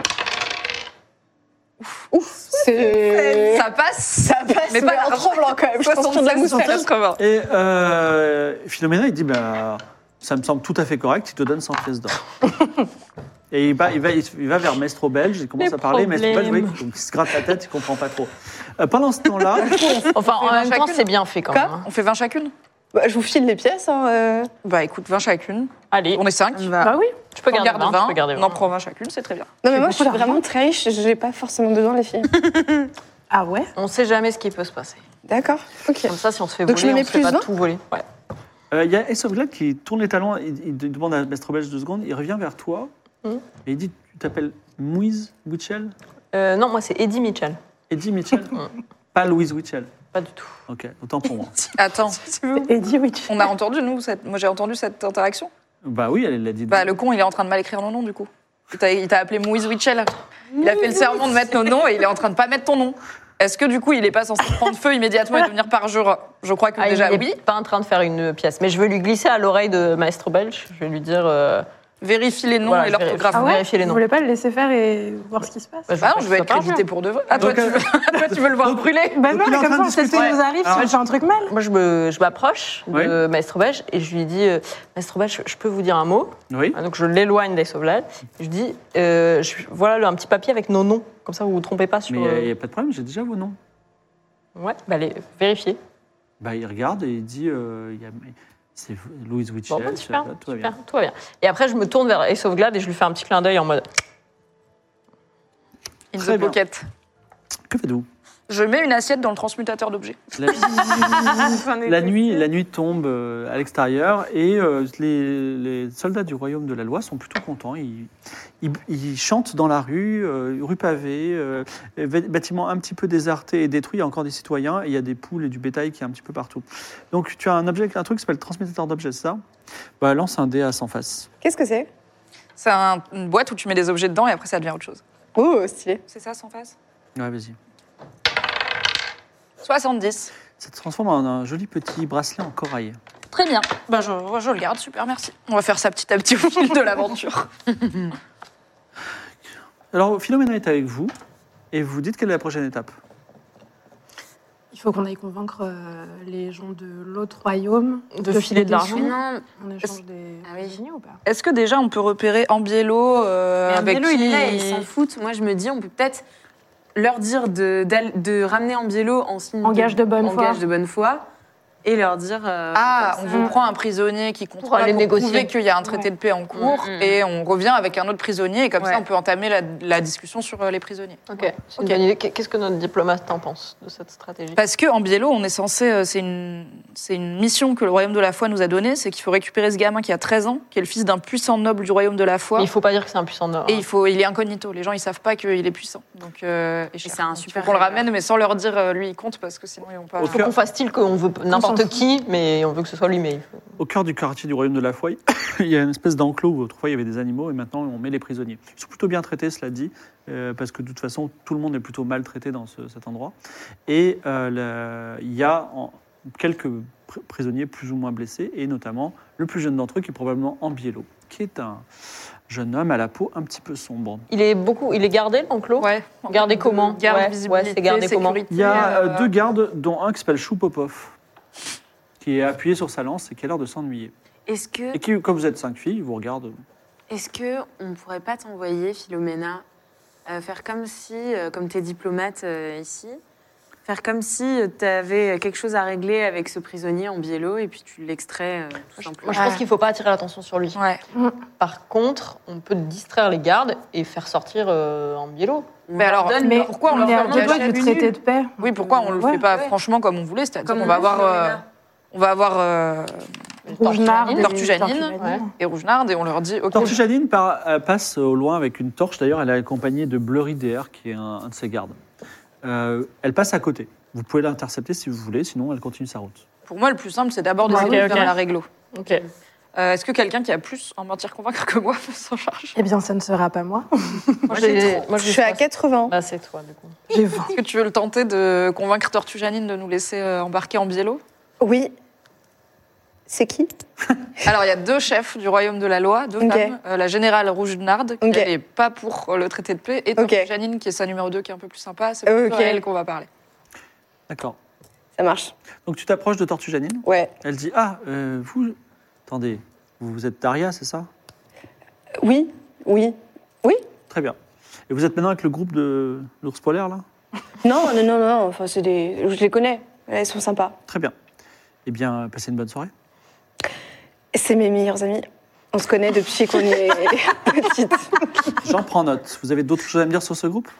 Ouf, c'est... Ça passe. Ça passe, Mais mais pas en tremblant quand même. Je transpire de la mousse. 80. Et Philomena, il dit bah, ça me semble tout à fait correct, il te donne 100 pièces d'or. Et il va vers Maestro Belge, il commence Les à parler. Maestro Belge, problèmes. oui, donc il se gratte la tête, il comprend pas trop. Pendant ce temps-là, Enfin, en même temps, chacune. c'est bien fait quand Quoi même. hein. On fait 20 chacune? Bah, je vous file les pièces. Hein, Bah écoute, 20 chacune. Allez, On est 5. Bah oui. tu peux On garder garde 20, 20. tu peux garder On 20. en prend 20 chacune, c'est très bien. Non, mais moi, beaucoup je suis d'argent. vraiment très riche. Je n'ai pas forcément besoin, les filles. Ah ouais? On sait jamais ce qui peut se passer. D'accord. Ok. Comme ça, si on se fait Donc, je voler, me on mets se fait pas plus 20? tout voler. Ouais. il y a Ace of Glad qui tourne les talons, il demande à Maestro Belge 2 secondes, il revient vers toi, et il dit tu t'appelles Louise Witchell? Non, moi, c'est Eddie Mitchell. Eddie Mitchell? Pas Louise Witchell. Pas du tout. Ok, autant pour moi. Attends, Eddie Witch. on a entendu, nous, moi j'ai entendu cette interaction. Bah oui, elle l'a dit. Bah le con, il est en train de mal écrire nos noms, du coup. Il t'a appelé Moïse Witchell. Il a fait le serment de mettre nos noms et il est en train de pas mettre ton nom. Est-ce que du coup, il est pas censé prendre feu immédiatement et devenir parjure? Je crois que déjà il oui. est pas en train de faire une pièce. Mais je veux lui glisser à l'oreille de Maestro Belge. Je vais lui dire Vérifie les noms Voilà, et je l'orthographe. vérifie. Vérifier les Vous noms. voulez pas le laisser faire et voir ce qui se passe? Bah, Ah non, je vais être pas crédité pour de vrai. Ah, toi, Donc, tu veux le voir brûler? Bah Donc, non, il est en mais train comme de ça, peut-être discuter. qu'il nous arrive Alors- si j'ai un truc mal. Moi, je m'approche Oui. de Maestro Beige et je lui dis Maestro Beige, je peux vous dire un mot? Oui. Donc, je l'éloigne d'Ace of Glad. Je lui dis voilà un petit papier avec nos noms. Comme ça, vous ne vous trompez pas sur. Mais il n'y a pas de problème, j'ai déjà vos noms. Ouais, bah, allez, vérifiez. Bah, il regarde et il dit c'est Louise Witchell. Bon, bah, super, tout va bien. super, tout va bien. Et après, je me tourne vers Ace of Glad et je lui fais un petit clin d'œil en mode. In Très the bien. pocket. Que faites-vous? Je mets une assiette dans le transmutateur d'objets. La nuit tombe à l'extérieur et les soldats du royaume de la loi sont plutôt contents. Ils chantent dans la rue pavée, bâtiment un petit peu déserté et détruit. Il y a encore des citoyens et il y a des poules et du bétail qui est un petit peu partout. Donc tu as un truc qui s'appelle transmutateur d'objets, c'est ça? Bah, lance un dé à 100 faces. Qu'est-ce que c'est? C'est une boîte où tu mets des objets dedans et après ça devient autre chose. Oh, stylé. C'est ça, sans face? Ouais, vas-y. 70. Ça te transforme en un joli petit bracelet en corail. Très bien. Ben, je le garde, super, merci. On va faire ça petit à petit au fil de l'aventure. Alors, Philomena est avec vous et vous dites quelle est la prochaine étape. Il faut qu'on aille convaincre les gens de l'autre royaume De filer de l'argent. Mais non, en échange des Ah oui. prisonniers ou pas? Est-ce que déjà on peut repérer Ambiello mais avec Ambiello, qui il est là, ils s'en foutent. Moi, je me dis, on peut peut-être leur dire de ramener Ambiello en signe En gage de bonne foi. gage de bonne foi et leur dire. Ah, on comme ça. vous prend un prisonnier qui Pour contrôle aller pour négocier. prouver qu'il y a un traité de paix en cours et on revient avec un autre prisonnier et comme ça Ouais. on peut entamer la discussion sur les prisonniers. Ok, c'est une bonne idée. Qu'est-ce que notre diplomate en pense de cette stratégie? Parce que Ambiello, on est censé, c'est une mission que le royaume de la foi nous a donnée, c'est qu'il faut récupérer ce gamin qui a 13 ans, qui est le fils d'un puissant noble du royaume de la foi. Mais il ne faut pas dire que c'est un puissant nord. Et il est incognito. Les gens, ils savent pas qu'il est puissant. Donc, et c'est un Donc, super il faut qu'on le rêve. ramène, mais sans leur dire lui il compte parce que sinon ils vont pas. Au Il faut qu'on fasse style qu'on veut n'importe qui, mais on veut que ce soit lui. Mais il faut... Au cœur du quartier du royaume de la foi, il y a une espèce d'enclos où autrefois il y avait des animaux et maintenant on met les prisonniers. Ils sont plutôt bien traités, cela dit, parce que de toute façon tout le monde est plutôt maltraité dans cet endroit. Et il y a quelques prisonniers plus ou moins blessés, et notamment le plus jeune d'entre eux qui est probablement Ambiello, qui est un jeune homme à la peau un petit peu sombre. il est gardé, l'enclos? Ouais. Gardé comment? Garde, Ouais, visibilité, c'est gardé comment? sécurité, Il y a deux gardes, dont un qui s'appelle Choupopov, qui est appuyé sur sa lance et qui a l'air de s'ennuyer. Est-ce que, Et qui, comme vous êtes 5 filles, vous regarde. on pourrait pas t'envoyer, Philomena, faire comme si, comme t'es diplomate ici, faire comme si tu avais quelque chose à régler avec ce prisonnier Ambiello et puis tu l'extrais tout simplement. Moi, je pense qu'il ne faut pas attirer l'attention sur lui. Ouais. Par contre, on peut distraire les gardes et faire sortir Ambiello. On Mais leur alors, donne Mais leur- pourquoi on on est leur à fait deux un doigts gage du traité de paix. Oui, pourquoi on le Ouais. fait pas ouais. franchement comme on voulait, c'est-à-dire Comme qu'on on va veut, avoir, on va avoir Rougenard et Tortue Janine. Ouais. et Rougenard et on leur dit ok. Tortue Janine passe au loin avec une torche. D'ailleurs, elle est accompagnée de Blurry DR, qui est un de ses gardes. Elle passe à côté. Vous pouvez l'intercepter si vous voulez, sinon elle continue sa route. Pour moi, le plus simple, c'est d'abord Ouais, d'essayer de ok. faire la réglo. Ok. Est-ce que quelqu'un qui a plus en mentir convaincre que moi peut s'en charger? Eh bien, ça ne sera pas moi. Moi, Je suis à 80. Bah, c'est toi, du coup. J'ai 20. Est-ce que tu veux le tenter de convaincre Tortue Janine de nous laisser embarquer en biello? Oui. C'est qui? Alors, il y a deux chefs du royaume de la loi, deux Ok. femmes. La générale Rougenard, qui Ok. n'est pas pour le traité de paix, et Tortue Ok. Janine, qui est sa numéro 2, qui est un peu plus sympa. C'est plutôt Ok. à elle qu'on va parler. D'accord. Ça marche. Donc tu t'approches de Tortue Janine. Ouais. Elle dit vous. Attendez, vous êtes Daria, c'est ça? Oui. Oui. Très bien. Et vous êtes maintenant avec le groupe de l'ours polaire, là? Non. Enfin, je les connais. Elles sont sympas. Très bien. Eh bien, passez une bonne soirée. C'est mes meilleurs amis. On se connaît depuis qu'on est petite. J'en prends note. Vous avez d'autres choses à me dire sur ce groupe?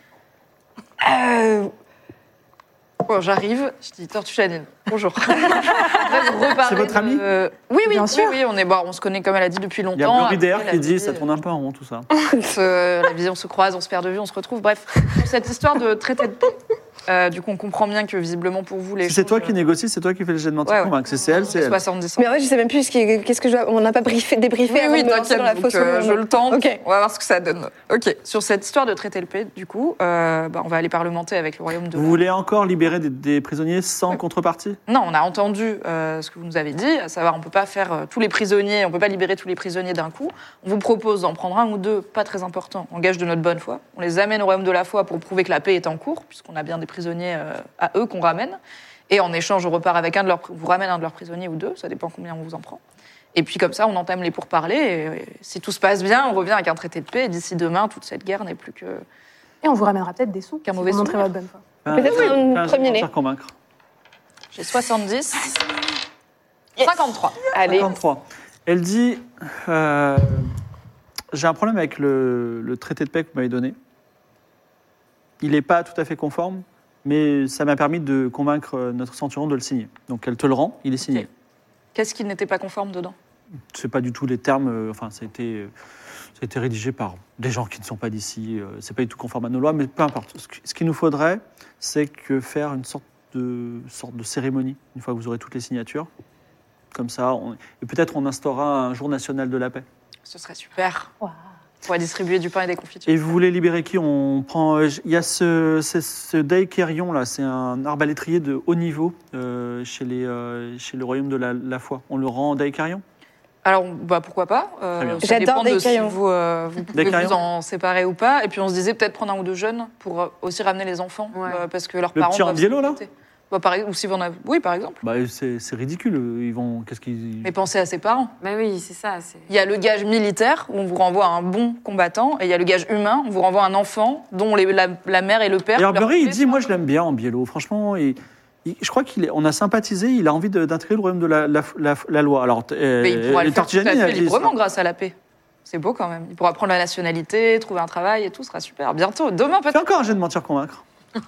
Bon, j'arrive, je dis Tortue Janine, bonjour. C'est votre amie? Oui, Bien sûr. oui, on se connaît comme elle a dit depuis longtemps. Il y a Blurry DR Après, qui la dit vie, ça tourne un peu en rond, tout ça. la vie, on se croise, on se perd de vue, on se retrouve. Bref, cette histoire de traité de paix, Du coup, on comprend bien que visiblement pour vous, les Si c'est choses, toi qui négocie, c'est toi qui fais le jet de mentir Ouais, ouais. convaincre. C'est elle, c'est elle. 70. Mais en fait, je sais même plus qu'est-ce que je dois. On n'a pas débriefé Oui, avant oui, de me lancer t'inquiète, dans la donc, fausse je le tente. Ok. On va voir ce que ça donne. Ok, sur cette histoire de traiter le paix, du coup, on va aller parlementer avec le royaume de... Vous voulez encore libérer des prisonniers sans contrepartie? Non, on a entendu ce que vous nous avez dit, à savoir on peut pas faire tous les prisonniers, on peut pas libérer tous les prisonniers d'un coup. On vous propose d'en prendre un ou deux, pas très importants, en gage de notre bonne foi. On les amène au royaume de la foi pour prouver que la paix est en cours, puisqu'on a bien des prisonniers à eux qu'on ramène. Et en échange, on repart avec vous ramène un de leurs prisonniers ou deux, ça dépend combien on vous en prend. Et puis comme ça, on entame les pourparlers. Et si tout se passe bien, on revient avec un traité de paix. Et d'ici demain, toute cette guerre n'est plus Et on vous ramènera peut-être des sous. Qu'un si mauvais vous montrez souvenir. votre bonne foi. Peut-être Fais un jet de premier nez. mentir convaincre. J'ai 70. 53. Allez. 53. Elle dit j'ai un problème avec le traité de paix que vous m'avez donné. Il n'est pas tout à fait conforme, mais ça m'a permis de convaincre notre centurion de le signer. Donc elle te le rend, il est signé. Ok. Qu'est-ce qui n'était pas conforme dedans? C'est pas du tout les termes, ça a été rédigé par des gens qui ne sont pas d'ici, c'est pas du tout conforme à nos lois, mais peu importe. Ce qu'il nous faudrait, c'est que faire une sorte de cérémonie, une fois que vous aurez toutes les signatures. Comme ça, et peut-être on instaurera un jour national de la paix. Ce serait super. Wow. On pourrait distribuer du pain et des confitures. Et vous voulez libérer qui? On prend. Il y a ce Daikerion là, c'est un arbalétrier de haut niveau chez le royaume de la foi. On le rend Daikerion? Alors, pourquoi pas bien. Ça J'adore dépend de des si crayons. vous pouvez crayons. vous en séparer ou pas. Et puis on se disait peut-être prendre un ou deux jeunes pour aussi ramener les enfants, Ouais. parce que leurs Le parents petit en doivent biello, là s'inquiéter. Ou si vous en avez... Oui, par exemple. Bah, c'est ridicule. Ils vont. Qu'est-ce qu'ils. Mais pensez à ses parents. Bah oui, c'est ça. Il y a le gage militaire, où on vous renvoie un bon combattant, et il y a le gage humain, on vous renvoie un enfant dont la mère et le père... Et leur Arbery, il poupée dit, sont- moi je l'aime bien en biello. Franchement, je crois on a sympathisé. Il a envie d'intégrer le royaume de la loi. Alors, Mais il pourra le faire tout à Tortigiani, fait elle dit, librement grâce à la paix. C'est beau quand même. Il pourra prendre la nationalité, trouver un travail et tout, ce sera super. Bientôt, demain Fais peut-être. encore un jet de mentir convaincre.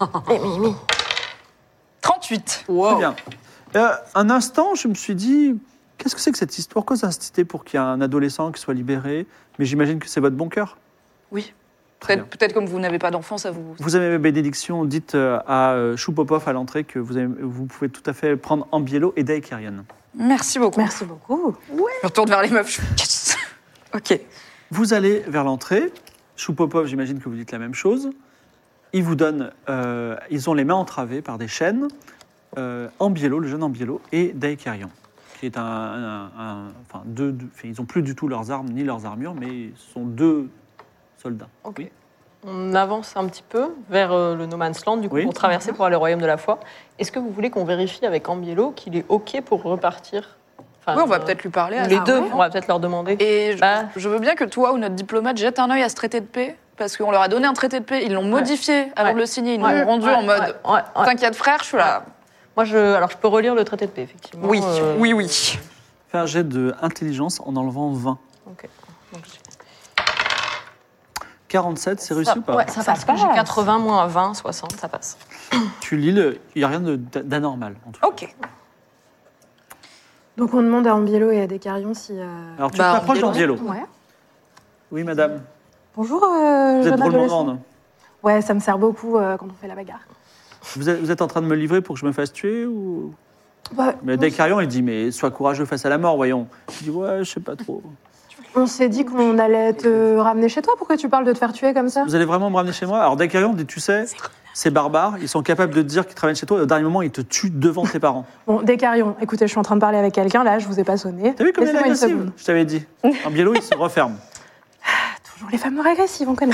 38. Très bien. Un instant, je me suis dit, qu'est-ce que c'est que cette histoire? Pourquoi s'insister pour qu'il y ait un adolescent qui soit libéré? Mais j'imagine que c'est votre bon cœur. Oui. Très bien. Peut-être comme vous n'avez pas d'enfant, ça vous... Vous avez ma bénédiction, dites à Choupopov à l'entrée que vous pouvez tout à fait prendre Ambiello et Daikerian. Merci beaucoup. Merci beaucoup. Je retourne vers les meufs. Yes. Ok. Vous allez vers l'entrée. Choupopov, j'imagine que vous dites la même chose. Ils vous donnent, ils ont les mains entravées par des chaînes. Ambiello, le jeune Ambiello, et Daikerian, qui est ils n'ont plus du tout leurs armes ni leurs armures, mais ce sont deux soldats. Ok. Oui. On avance un petit peu vers le No Man's Land, du coup, Oui. pour traverser pour aller au royaume de la foi. Est-ce que vous voulez qu'on vérifie avec Ambiello qu'il est OK pour repartir? Enfin, Oui, on va peut-être lui parler. Les alors. deux, on va peut-être leur demander. Et Bah. je veux bien que toi ou notre diplomate jette un œil à ce traité de paix, parce qu'on leur a donné un traité de paix, ils l'ont modifié avant Ouais. de le signer, ils nous Ouais. l'ont rendu Ouais, en mode ouais. t'inquiète frère, je suis là. Moi, je peux relire le traité de paix, effectivement. Oui, oui. Fais un jet d'intelligence en enlevant 20. Ok. Donc, 47, c'est réussi ou pas? Ouais, ça passe. J'ai 80 moins 20, 60, ça passe. Tu lis, il n'y a rien d'anormal. En tout cas. Ok. Donc on demande à Ambiello et à Descarions si... Alors tu Bah, t'approches Ambiello. d'Ambiello. Ouais. Oui, madame. Bonjour, Vous êtes jeune drôlement adolescent. grande. Ouais, ça me sert beaucoup quand on fait la bagarre. Vous êtes en train de me livrer pour que je me fasse tuer ou... Bah, Mais Daikerian, il dit, mais sois courageux face à la mort, voyons. Je dis, ouais, je sais pas trop. on s'est dit qu'on allait te ramener chez toi. Pourquoi tu parles de te faire tuer comme ça? Vous allez vraiment me ramener chez moi? Alors Daikerian dit, tu sais, ces barbares, ils sont capables de te dire qu'ils travaillent chez toi et au dernier moment, ils te tuent devant tes parents. Bon, Descarions, écoutez, je suis en train de parler avec quelqu'un, là, je vous ai pas sonné. T'as vu comme elle est Laissez-moi une agressive? seconde. Je t'avais dit. Ambiello, il se referme. Toujours les femmes noires agressives, on connaît.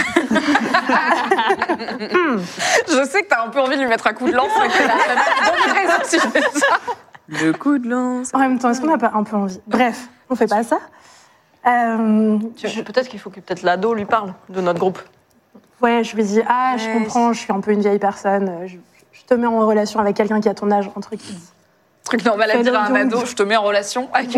Je sais que t'as un peu envie de lui mettre un coup de lance, mais que t'as donc raison si je fais ça. Le coup de lance. En même temps, est-ce qu'on n'a pas un peu envie? Bref, on fait pas ça. Peut-être qu'il faut que l'ado lui parle de notre groupe. Ouais, je lui dis, ah, je Ouais, comprends, je suis un peu une vieille personne. Je te mets en relation avec quelqu'un qui a ton âge, entre kids. Truc normal à Fais dire à un le ado, donc. je te mets en relation avec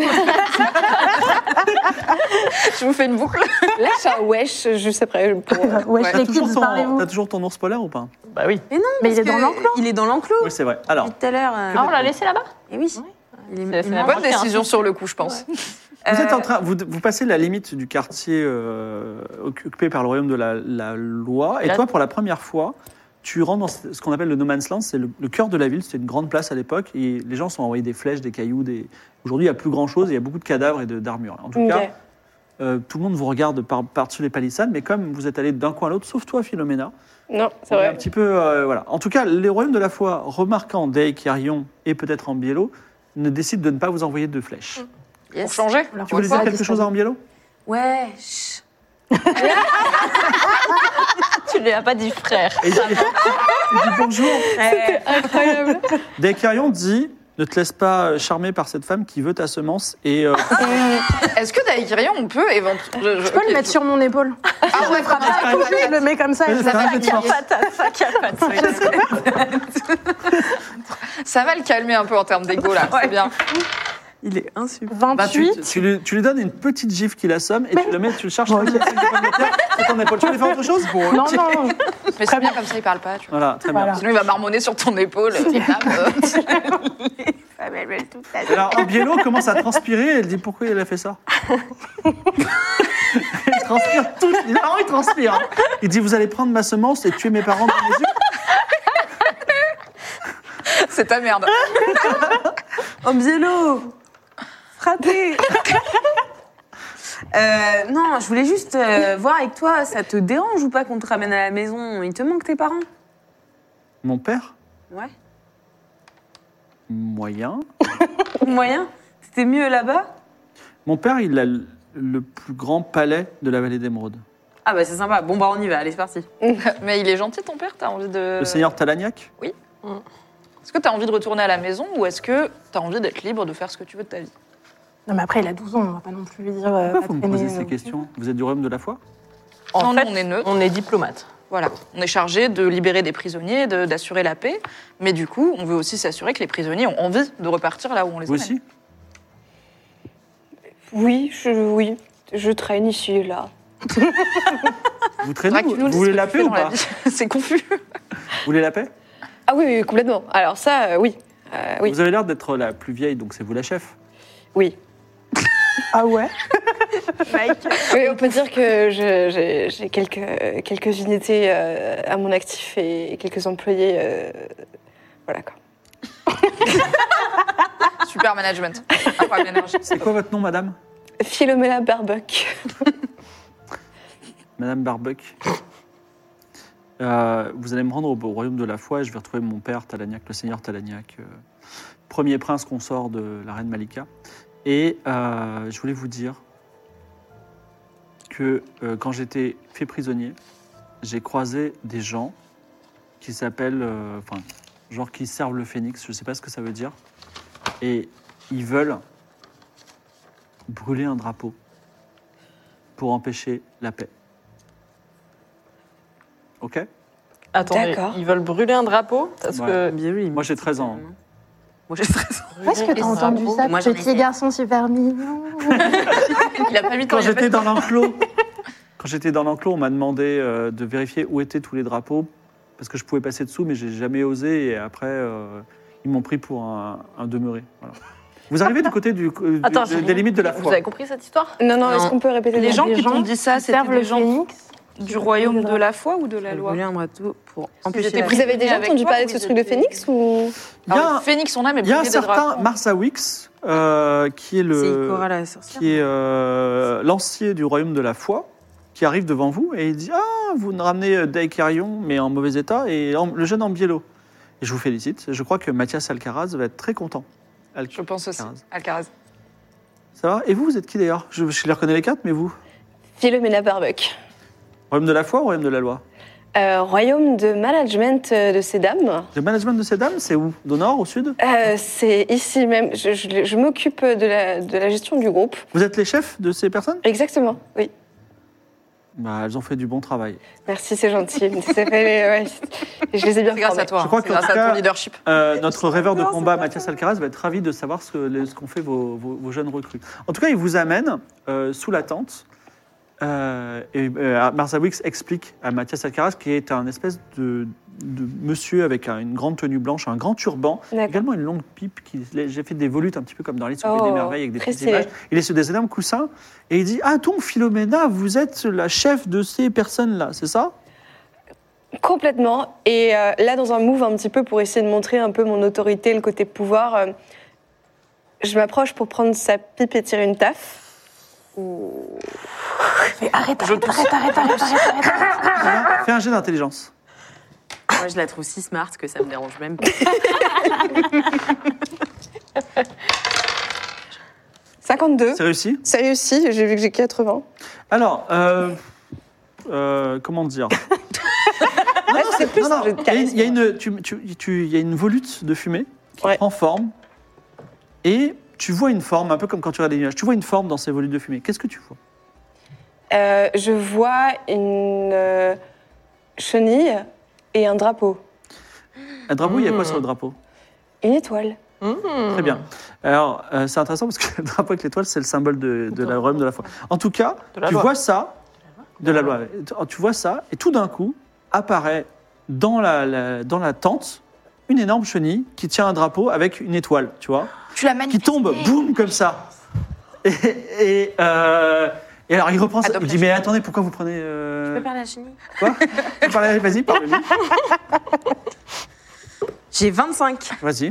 Je vous fais une boucle. Lâche un wesh juste après. Ouais, Ouais, les kids, parlez-vous. T'as toujours ton ours polaire ou pas? Bah oui. Mais non, Mais il est parce dans que l'enclos. Il est dans l'enclos. Oui, c'est vrai. Alors, Depuis tout à l'heure. Ah, on l'a laissé là-bas? Eh oui. Il est, C'est il la mange. Bonne décision sur le coup, je pense. vous êtes en train, vous passez la limite du quartier occupé par le royaume de la loi, et Là- toi, pour la première fois, tu rentres dans ce qu'on appelle le No Man's Land, c'est le cœur de la ville, c'était une grande place à l'époque, et les gens sont envoyés des flèches, des cailloux. Aujourd'hui, il n'y a plus grand-chose, il y a beaucoup de cadavres et d'armures. En tout Ok. cas, tout le monde vous regarde par-dessus les palissades, mais comme vous êtes allés d'un coin à l'autre, sauf toi, Philomena, Non, c'est on est vrai. un petit peu... voilà. En tout cas, les royaumes de la foi, remarquant Daek, Arion et peut-être Ambielo, ne décident de ne pas vous envoyer de flèches. Pour changer. Alors, Tu voulais dire quelque chose à Ambielo? Ouais, chut. Tu lui as pas dit frère. Et il dit bonjour. Incroyable. Daek Arion dit... Ne te laisse pas charmer par cette femme qui veut ta semence et Est-ce que Daikirion, on peut éventuellement. Je peux le mettre sur mon épaule. Ah ouais, vraiment. Je le mets comme ça. et Ouais, ça c'est un va. jet de force. Ça va le calmer un peu en termes d'ego là, c'est bien. Il est insupportable. 28. Tu lui donnes une petite gifle qui l'assomme et tu le charges comme ça, avec des pommes de terre sur ton épaule. Tu voulais faire autre chose? Non, non. Mais c'est bien comme ça, il parle pas. Tu vois. Voilà, très bien. Voilà. Sinon, il va marmonner sur ton épaule. Alors, Ambielo commence à transpirer et elle dit pourquoi elle a fait ça. Il transpire tout. Il transpire. Il dit vous allez prendre ma semence et tuer mes parents dans mes yeux. C'est ta merde. Ambielo Fraté Non, je voulais juste voir avec toi, ça te dérange ou pas qu'on te ramène à la maison? Il te manque tes parents? Mon père, Ouais. moyen. Moyen? C'était mieux là-bas? Mon père, il a le plus grand palais de la vallée d'Émeraude. Ah bah c'est sympa, bon bah on y va, allez c'est parti. Mais il est gentil ton père, t'as envie de. Le seigneur Talagnac. Est-ce que t'as envie de retourner à la maison ou est-ce que t'as envie d'être libre de faire ce que tu veux de ta vie? Non, mais après, il a 12 ans, on va pas non plus lui dire. Pourquoi va vous me traîner, posez ces questions? Vous êtes du royaume de la foi? Non, En nous, fait, on est neutre. on est diplomate. Voilà, on est chargé de libérer des prisonniers, d'assurer la paix, mais du coup, on veut aussi s'assurer que les prisonniers ont envie de repartir là où on les Vous emmène. aussi? Oui, je traîne ici et là. Vous traînez? Faudra que tu nous Vous dises voulez ce la que tu paix fais ou dans la pas? vie. C'est confus. Vous voulez la paix? Ah oui, oui, complètement. Alors ça, oui. Oui. Vous avez l'air d'être la plus vieille, donc c'est vous la chef. Oui. Ah ouais? Oui, on peut dire que j'ai quelques unités à mon actif et quelques employés. Voilà quoi. Super management. Incroyable énergie. C'est quoi votre nom, madame? Philomena Barbuck. Madame Barbuck. Vous allez me rendre au royaume de la foi et je vais retrouver mon père, Talagnac, le seigneur Talagnac, premier prince consort de la reine Malika. Et je voulais vous dire que quand j'étais fait prisonnier, j'ai croisé des gens qui s'appellent, genre qui servent le phénix, je ne sais pas ce que ça veut dire, et ils veulent brûler un drapeau pour empêcher la paix. Ok? Attendez, D'accord. ils veulent brûler un drapeau parce Ouais. que Bien lui. Moi j'ai 13 ans. Moi j'ai 13 ans. Est-ce que t'as entendu ça? Moi, j'en ai Petit fait. garçon super mignon. Il a pas mis de temps. Quand il a pas j'étais de temps. dans l'enclos, on m'a demandé de vérifier où étaient tous les drapeaux parce que je pouvais passer dessous, mais j'ai jamais osé. Et après, ils m'ont pris pour un demeuré. Voilà. Vous arrivez du côté Attends, des limites de la vous foi. avez compris cette histoire? Non, Non. est-ce qu'on peut répéter Les gens Des qui gens t'ont dit ça, c'était Serve le des gens phénix. du royaume de la foi ou de la loi? Brûler un drapeau pour Ils empêcher étaient la Vous avez déjà Avec entendu toi, parler de ou ce ils truc de étaient- phénix ou Il y a Alors, un- le phénix, on a, mais Il y a un brûler des certain drapeaux. Marsawix qui est C'est Ikora la sorcière. qui est lancier du royaume de la foi, qui arrive devant vous et il dit ah vous nous ramenez Daikarion mais en mauvais état et le jeune Ambielo. Et je vous félicite. Je crois que Mathias Alcaraz va être très content. Je pense aussi. Alcaraz. Alcaraz. Ça va? Et vous êtes qui d'ailleurs? Je les reconnais les quatre, mais vous? Philomena Barbuck. Royaume de la foi ou royaume de la loi? Royaume de management de ces dames. Le management de ces dames, c'est où? Au nord, au sud? C'est ici même. Je m'occupe de la gestion du groupe. Vous êtes les chefs de ces personnes? Exactement, oui. Bah, elles ont fait du bon travail. Merci, c'est gentil. Ça fait, ouais, je les ai bien C'est grâce formées. à toi. Je crois hein. C'est qu'en grâce tout à cas, ton leadership. Notre rêveur de combat, Mathias Alcaraz, va être ravi de savoir ce qu'ont fait vos jeunes recrues. En tout cas, il vous amène sous la tente. Marsawix explique à Mathias Alcaraz, qui est un espèce de monsieur avec une grande tenue blanche, un grand turban, D'accord. également une longue pipe. J'ai fait des volutes un petit peu comme dans l'Alice au Pays Oh, des Merveilles avec des très petites stylé. images. Il est sur des énormes coussins et il dit ah donc Philomena, vous êtes la chef de ces personnes-là, c'est ça? Complètement. Et là, dans un move un petit peu pour essayer de montrer un peu mon autorité, le côté pouvoir, je m'approche pour prendre sa pipe et tirer une taffe. Arrête. Fais un jet d'intelligence. Moi, je la trouve si smart que ça me dérange même pas. 52. C'est réussi. C'est réussi, j'ai vu que j'ai 80. Alors, comment dire C'est plus un jeu de charisme. Il y a une volute de fumée qui Ouais. prend forme et tu vois une forme, un peu comme quand tu regardes des nuages. Tu vois une forme dans ces volutes de fumée. Qu'est-ce que tu vois? Je vois une chenille et un drapeau. Un drapeau, il y a quoi sur le drapeau? Une étoile. Très bien. Alors, c'est intéressant parce que le drapeau avec l'étoile, c'est le symbole de la royaume de la foi. En tout cas, tu vois ça, de la loi. Tu vois ça, et tout d'un coup, apparaît dans la tente une énorme chenille qui tient un drapeau avec une étoile, tu vois, Tu l'as qui manifesté. tombe, boum, comme ça. Et alors, il reprend ça. Il dit, mais attendez, pourquoi vous prenez... Tu peux parler à la chenille? Quoi? Vas-y, parle-lui. J'ai 25. Vas-y.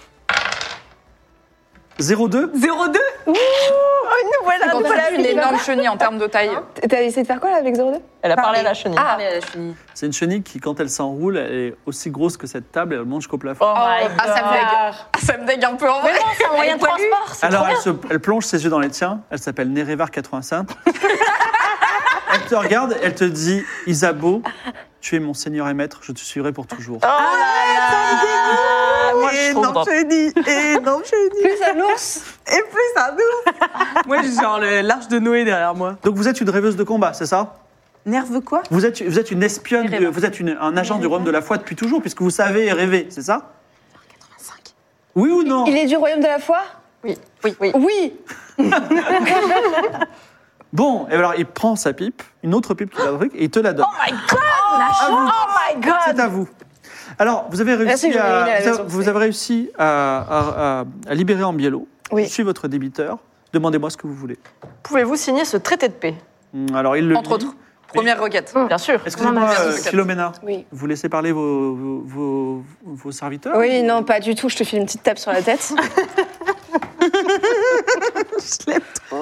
0,2. 02. Quand tu as une énorme chenille en termes de taille. T'as essayé de faire quoi là avec 02? Elle a parlé à la chenille. Ah, à la chenille. C'est une chenille qui, quand elle s'enroule, elle est aussi grosse que cette table et elle monte jusqu'au plafond. Oh my Ah, ça me dégue. Ah, ça me dégue un peu en vrai. C'est un moyen de transport. c'est Alors, trop bien. elle plonge ses yeux dans les tiens. Elle s'appelle Nerevar 85. Elle te regarde, elle te dit, Isabeau, tu es mon seigneur et maître, je te suivrai pour toujours. Oh là là. Moi, je trouve drôle. Plus un ours. Moi, j'ai genre l'arche de Noé derrière moi. Donc, vous êtes une rêveuse de combat, c'est ça? Nerve quoi? Vous êtes une espionne, vous êtes un agent du royaume de la foi depuis toujours, puisque vous savez rêver, c'est ça? 85. Oui ou non? Il est du royaume de la foi? Oui. Oui. Bon, et alors il prend sa pipe, une autre pipe qu'il a dans le truc, et il te la donne. Oh my god. À vous. Oh my god. C'est à vous. Alors, vous avez Merci, réussi, j'en ai une à la maison, vous c'est- avez réussi à libérer Ambiello. Oui. Je suis votre débiteur. Demandez-moi ce que vous voulez. Pouvez-vous signer ce traité de paix? Alors, il le Entre lit. autres. Première requête. Bien sûr. Excusez-moi, Merci. Philomena, Oui. vous laissez parler vos serviteurs? Oui, non, pas du tout. Je te file une petite tape sur la tête. Je l'aime trop.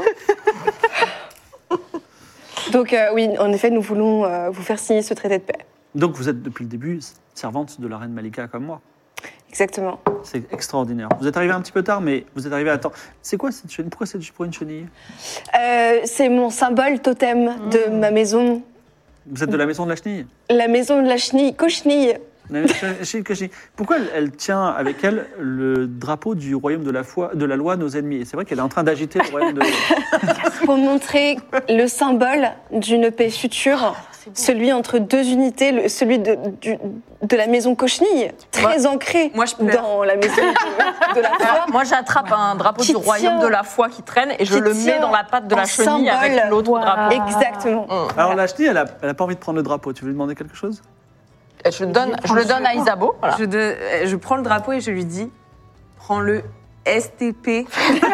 Donc oui, en effet, nous voulons vous faire signer ce traité de paix. Donc, vous êtes depuis le début servante de la reine Malika comme moi. Exactement. C'est extraordinaire. Vous êtes arrivé un petit peu tard, mais vous êtes arrivé à temps. C'est quoi cette chenille? Pourquoi c'est pour une chenille? C'est mon symbole totem de ma maison. Vous êtes de la maison de la chenille? La maison de la chenille, cochenille. Pourquoi elle tient avec elle le drapeau du royaume de la foi, de la loi, nos ennemis? Et c'est vrai qu'elle est en train d'agiter le royaume de... Pour montrer le symbole d'une paix future, celui entre deux unités, celui de la maison cochenille, très ancré moi, je pleure. dans la maison de la foi. Moi, j'attrape un drapeau Qui du royaume tient- de la foi qui traîne et je qui le mets tient dans la patte de la en chenille symbole. avec l'autre drapeau. Exactement. Alors la chenille, elle a pas envie de prendre le drapeau. Tu veux lui demander quelque chose? Je le donne à Isabeau. Voilà. Je prends le drapeau et je lui dis, prends le STP.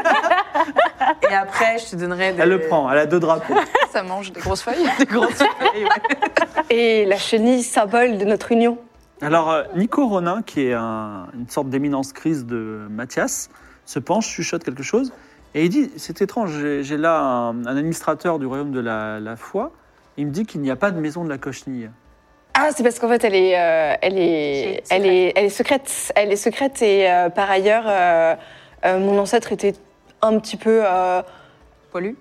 Et après, je te donnerai Elle le prend, elle a 2 drapeaux. Ça mange des grosses feuilles. des grosses feuilles, ouais. Et la chenille, symbole de notre union. Alors Nico Ronin, qui est une sorte d'éminence grise de Mathias, se penche, chuchote quelque chose, et il dit, c'est étrange, j'ai là un administrateur du royaume de la foi, il me dit qu'il n'y a pas de maison de la cochenille. Ah, c'est parce qu'en fait, elle est secrète. Elle est secrète et par ailleurs, mon ancêtre était un petit peu. Poilu.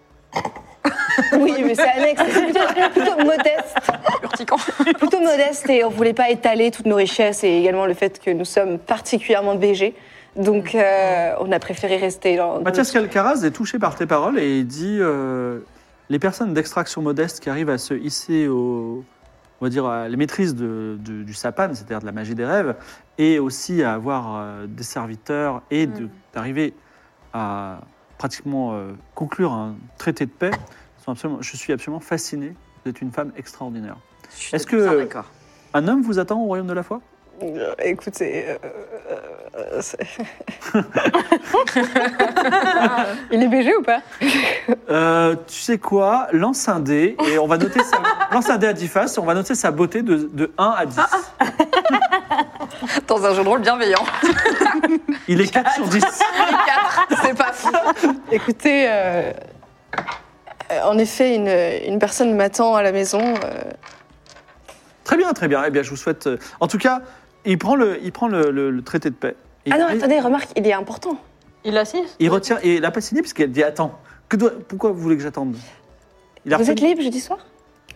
Oui, mais c'est annexe. C'est plutôt modeste. Urticant. Plutôt modeste et on voulait pas étaler toutes nos richesses et également le fait que nous sommes particulièrement BG. Donc, on a préféré rester dans. Mathias Calcaraz est touché par tes paroles et il dit les personnes d'extraction modeste qui arrivent à se hisser on va dire, à la maîtrise du sapan, c'est-à-dire de la magie des rêves, et aussi à avoir des serviteurs et d'arriver à pratiquement conclure un traité de paix. Je suis absolument fasciné. Vous êtes une femme extraordinaire. Est-ce que un homme vous attend au royaume de la foi? Écoutez, il est BG ou pas? Tu sais quoi? Lance un dé et on va noter lance un dé à 10 faces et on va noter sa beauté de 1 à 10. Dans un jeu de rôle bienveillant. Il est 4 sur 10. 4, c'est pas fou. Écoutez, en effet, une personne m'attend à la maison. Très bien, très bien. Eh bien, je vous souhaite... En tout cas, il prend le traité de paix. Et Ah non, attendez, remarque, il est important. Il assiste. il retient... Et il n'a pas signé puisqu'elle dit « Attends, pourquoi vous voulez que j'attende ?» Vous êtes libre jeudi soir?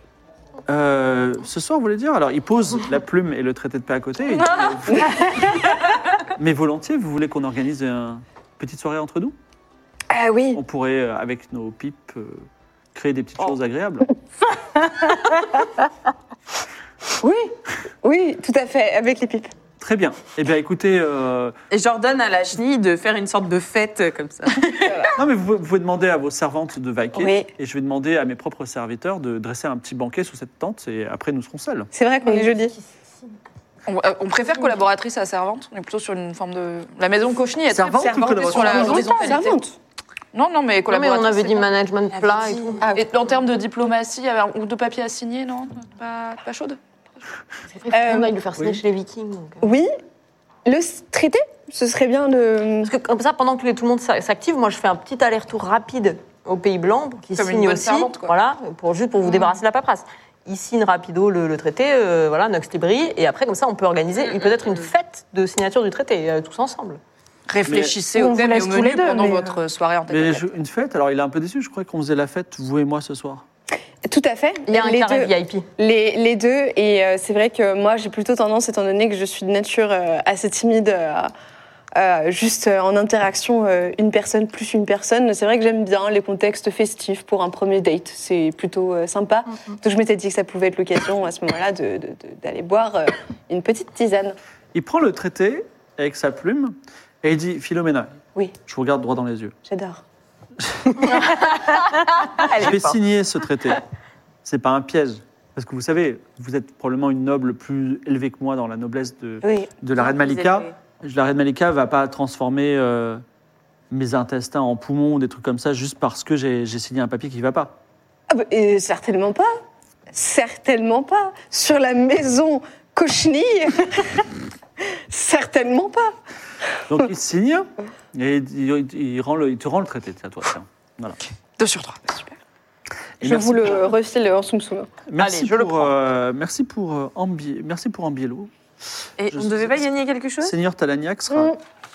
Ce soir, vous voulez dire? Alors, il pose la plume et le traité de paix à côté. Et il dit, mais volontiers, vous voulez qu'on organise une petite soirée entre nous? Ah oui. On pourrait, avec nos pipes, créer des petites choses agréables. Oui, tout à fait, avec les pipes. Très bien. Eh bien, écoutez... Et j'ordonne à la chenille de faire une sorte de fête comme ça. Non, mais vous pouvez demander à vos servantes de vaquer. Oui. Et je vais demander à mes propres serviteurs de dresser un petit banquet sous cette tente. Et après, nous serons seuls. C'est vrai qu'on est jeudi. On préfère collaboratrice à servante. On est plutôt sur une forme de... La maison Cocheny est Servante ou collaboratrice? sur la horizontalité. Servante. Non, mais Non, mais collaboratrice. on avait dit c'est bien. management plat et tout. Ah, Et en termes de diplomatie ou de papier à signer, non? Pas chaude? C'est vrai qu'on aille le faire signer chez les Vikings. Donc. Oui, le traité, ce serait bien de... Parce que comme ça, pendant que tout le monde s'active, moi je fais un petit aller-retour rapide au Pays Blanc pour qu'ils Comme une signent bonne aussi. servante, quoi. Voilà, juste pour vous débarrasser de la paperasse. Ils signent rapido le traité, voilà, Nox Libri, et après comme ça on peut organiser peut-être une fête de signature du traité, tous ensemble. Réfléchissez Mais- au on thème vous et laisse au tous menu les deux, pendant mais, votre soirée en tête. Mais une fête, alors il est un peu déçu. Je croyais qu'on faisait la fête, vous et moi, ce soir. Tout à fait. Il y a un les carré deux, VIP. les deux, et c'est vrai que moi j'ai plutôt tendance, étant donné que je suis de nature assez timide, juste en interaction, une personne plus une personne, c'est vrai que j'aime bien les contextes festifs pour un premier date, c'est plutôt sympa. Donc je m'étais dit que ça pouvait être l'occasion à ce moment-là d'aller boire une petite tisane. Il prend le traité avec sa plume et il dit Philomena, Oui, je vous regarde droit dans les yeux. j'adore. Je vais signer ce traité. C'est pas un piège. Parce que vous savez, vous êtes probablement une noble plus élevée que moi dans la noblesse Oui. de la reine Malika. La reine Malika va pas transformer mes intestins en poumons ou des trucs comme ça juste parce que j'ai signé un papier qui va pas. Ah bah, certainement pas. Certainement pas. Sur la maison Cocheny, certainement pas. Donc il signe et il te rend le traité. C'est à toi. Tiens. Voilà. 2 sur 3, super. Et Je merci vous le pour- refile en soum-soum. Merci Allez, je le pour, merci pour Ambiello. Et on ne devait pas gagner quelque chose? Seigneur Talagnac sera...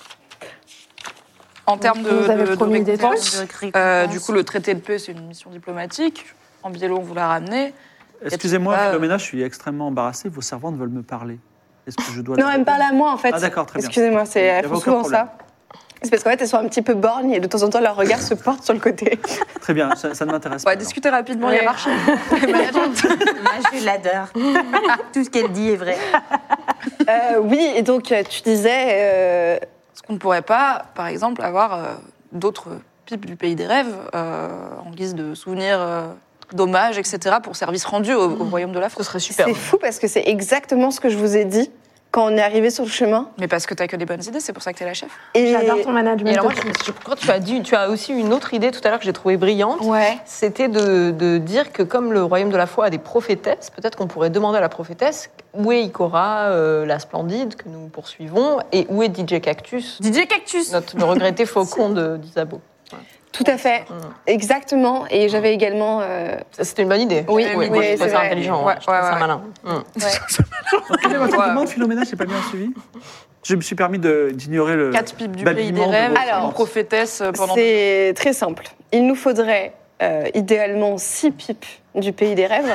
En termes de Vous avez promis des récompense, trucs. du coup, le traité de paix, c'est une mission diplomatique. En biello, on vous l'a ramené. Excusez-moi, Ah, Philomena, je suis extrêmement embarrassé. Vos servantes veulent me parler. Est-ce que je dois... Non, elle me parle à moi en fait. Ah d'accord, très bien. Excusez-moi, Il y elles avait font aucun souvent problème. ça. C'est parce qu'en fait, elles sont un petit peu borgnes et de temps en temps, leur regard se porte sur le côté. Très bien, ça ne m'intéresse On pas. va alors. discuter rapidement Ouais. hiérarchie. Moi, je l'adore. Tout ce qu'elle dit est vrai. Oui, et donc tu disais. Est-ce qu'on ne pourrait pas, par exemple, avoir d'autres pipes du pays des rêves en guise de souvenirs, d'hommage, etc., pour service rendu au royaume de la Ce France? serait super. C'est fou parce que c'est exactement ce que je vous ai dit quand on est arrivé sur le chemin. Mais parce que t'as que des bonnes idées, c'est pour ça que t'es la chef. Et J'adore ton management. Et alors moi, de je crois que tu as aussi une autre idée tout à l'heure que j'ai trouvée brillante. Ouais. C'était de dire que comme le royaume de la foi a des prophétesses, peut-être qu'on pourrait demander à la prophétesse où est Ikora, la splendide que nous poursuivons, et où est DJ Cactus, Didier Cactus. le regretté faucon d'Isabeau. Tout à fait, exactement. Et j'avais également. Ça, c'était une bonne idée. Oui, moi, oui, je trouve c'est ça vrai. intelligent, Ouais, je trouve ça ouais. malin. Quelle est votre demande, Philomena? Je n'ai pas bien suivi. Je me suis permis d'ignorer le... 4 pipes du babillement pays des de rêves, vos Alors, servantes. prophétesse pendant... C'est très simple. Il nous faudrait idéalement 6 pipes du pays des rêves.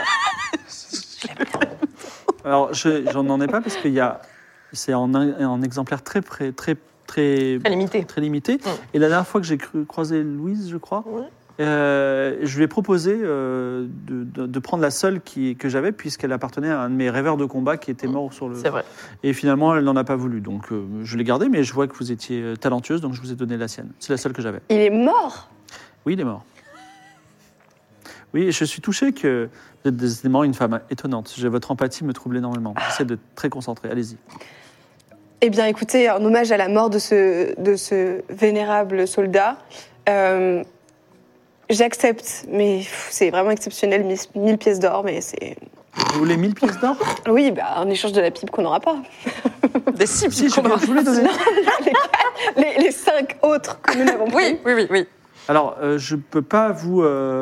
Alors, j'en ai pas parce qu'il y a... C'est en exemplaire très Très limité. très limité. Et la dernière fois que j'ai croisé Louise, je crois, je lui ai proposé de prendre la seule que j'avais, puisqu'elle appartenait à un de mes rêveurs de combat qui était mort sur le... C'est vrai. Et finalement, elle n'en a pas voulu. Donc, je l'ai gardée, mais je vois que vous étiez talentueuse, donc je vous ai donné la sienne. C'est la seule que j'avais. Il est mort. Oui, il est mort. Oui, et je suis touché que vous êtes décidément une femme étonnante. Votre empathie me trouble énormément. J'essaie d'être très concentré. Allez-y. Eh bien, écoutez, en hommage à la mort de ce vénérable soldat, j'accepte, mais c'est vraiment exceptionnel, 1000 pièces d'or, mais c'est... Vous voulez 1000 pièces d'or? Oui, en échange de la pipe qu'on n'aura pas. Des cibles. Si, je voulais donner. Les 5 autres que nous n'avons plus. Oui. Alors, je peux pas vous.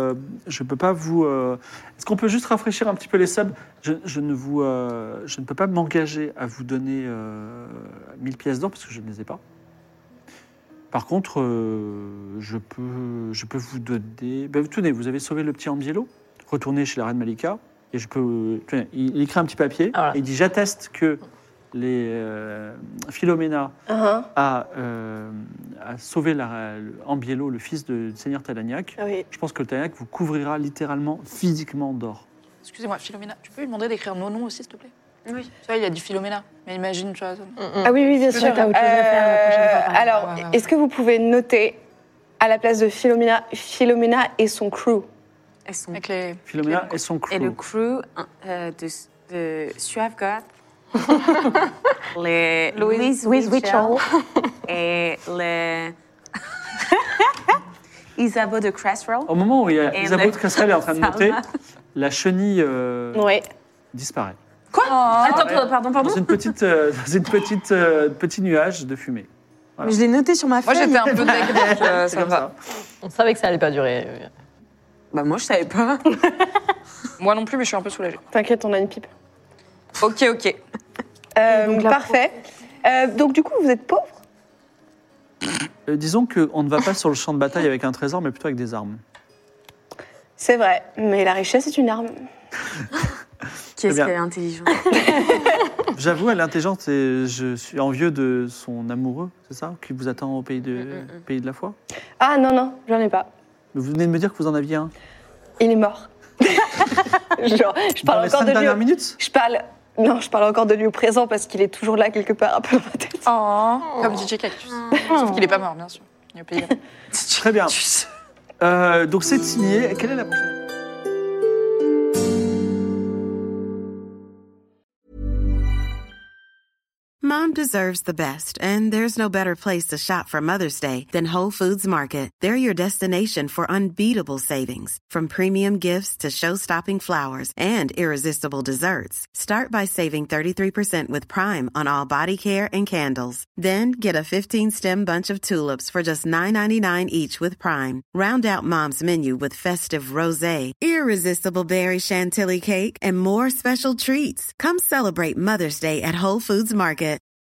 Est-ce qu'on peut juste rafraîchir un petit peu les subs? Je ne peux pas m'engager à vous donner 1000 pièces d'or parce que je ne les ai pas. Par contre, je peux vous donner. Tenez, vous avez sauvé le petit Ambiello. Retournez chez la reine Malika et je peux. Tenez, il écrit un petit papier. Voilà. Et il dit j'atteste que Philomena a sauvé Ambiello, le fils du seigneur Talagnac. Ah oui. Je pense que le Talagnac vous couvrira littéralement, physiquement d'or. Excusez-moi, Philomena, tu peux lui demander d'écrire nos noms aussi, s'il te plaît? Oui. Tu vois, il a dit Philomena, mais imagine, tu vois. Ah oui, bien sûr. T'as autre chose à faire la prochaine fois, par Alors, exemple. est-ce que vous pouvez noter à la place de Philomena et son crew? Elles sont... Avec les... Philomena et son crew. Et le crew de Suavgat, les Louise Mitchell et les Isabeau de Creswell. Au moment où Et Isabeau de le- Cresserelle est en train de monter, Salma. la chenille Oui. disparaît. Quoi Attends, ouais. pardon. Dans une petite, petit nuage de fumée. Voilà. Mais je l'ai noté sur ma Moi, feuille. j'étais un peu deg, donc C'est ça comme va. ça. On savait que ça allait pas durer. Bah moi, je savais pas. Moi non plus, mais je suis un peu soulagée. T'inquiète, on a une pipe. Ok. donc, la Parfait. Donc, du coup, vous êtes pauvre? Disons qu'on ne va pas sur le champ de bataille avec un trésor, mais plutôt avec des armes. C'est vrai, mais la richesse est une arme. Qu'est-ce bien. qu'elle est intelligente. J'avoue, elle est intelligente et je suis envieux de son amoureux, c'est ça? Qui vous attend au pays de la foi? Ah non, j'en ai pas. Vous venez de me dire que vous en aviez un. Il est mort. Genre, je Dans parle les encore 5 de lui. dernières minutes? Je parle encore de lui au présent parce qu'il est toujours là quelque part un peu dans ma tête. Comme DJ Cactus. Sauf qu'il est pas mort, bien sûr. Il est au pays. Très bien. Donc c'est signé. Quelle est la prochaine? Mom deserves the best, and there's no better place to shop for Mother's Day than Whole Foods Market. They're your destination for unbeatable savings, from premium gifts to show-stopping flowers and irresistible desserts. Start by saving 33% with Prime on all body care and candles. Then get a 15-stem bunch of tulips for just $9.99 each with Prime. Round out Mom's menu with festive rosé, irresistible berry chantilly cake, and more special treats. Come celebrate Mother's Day at Whole Foods Market.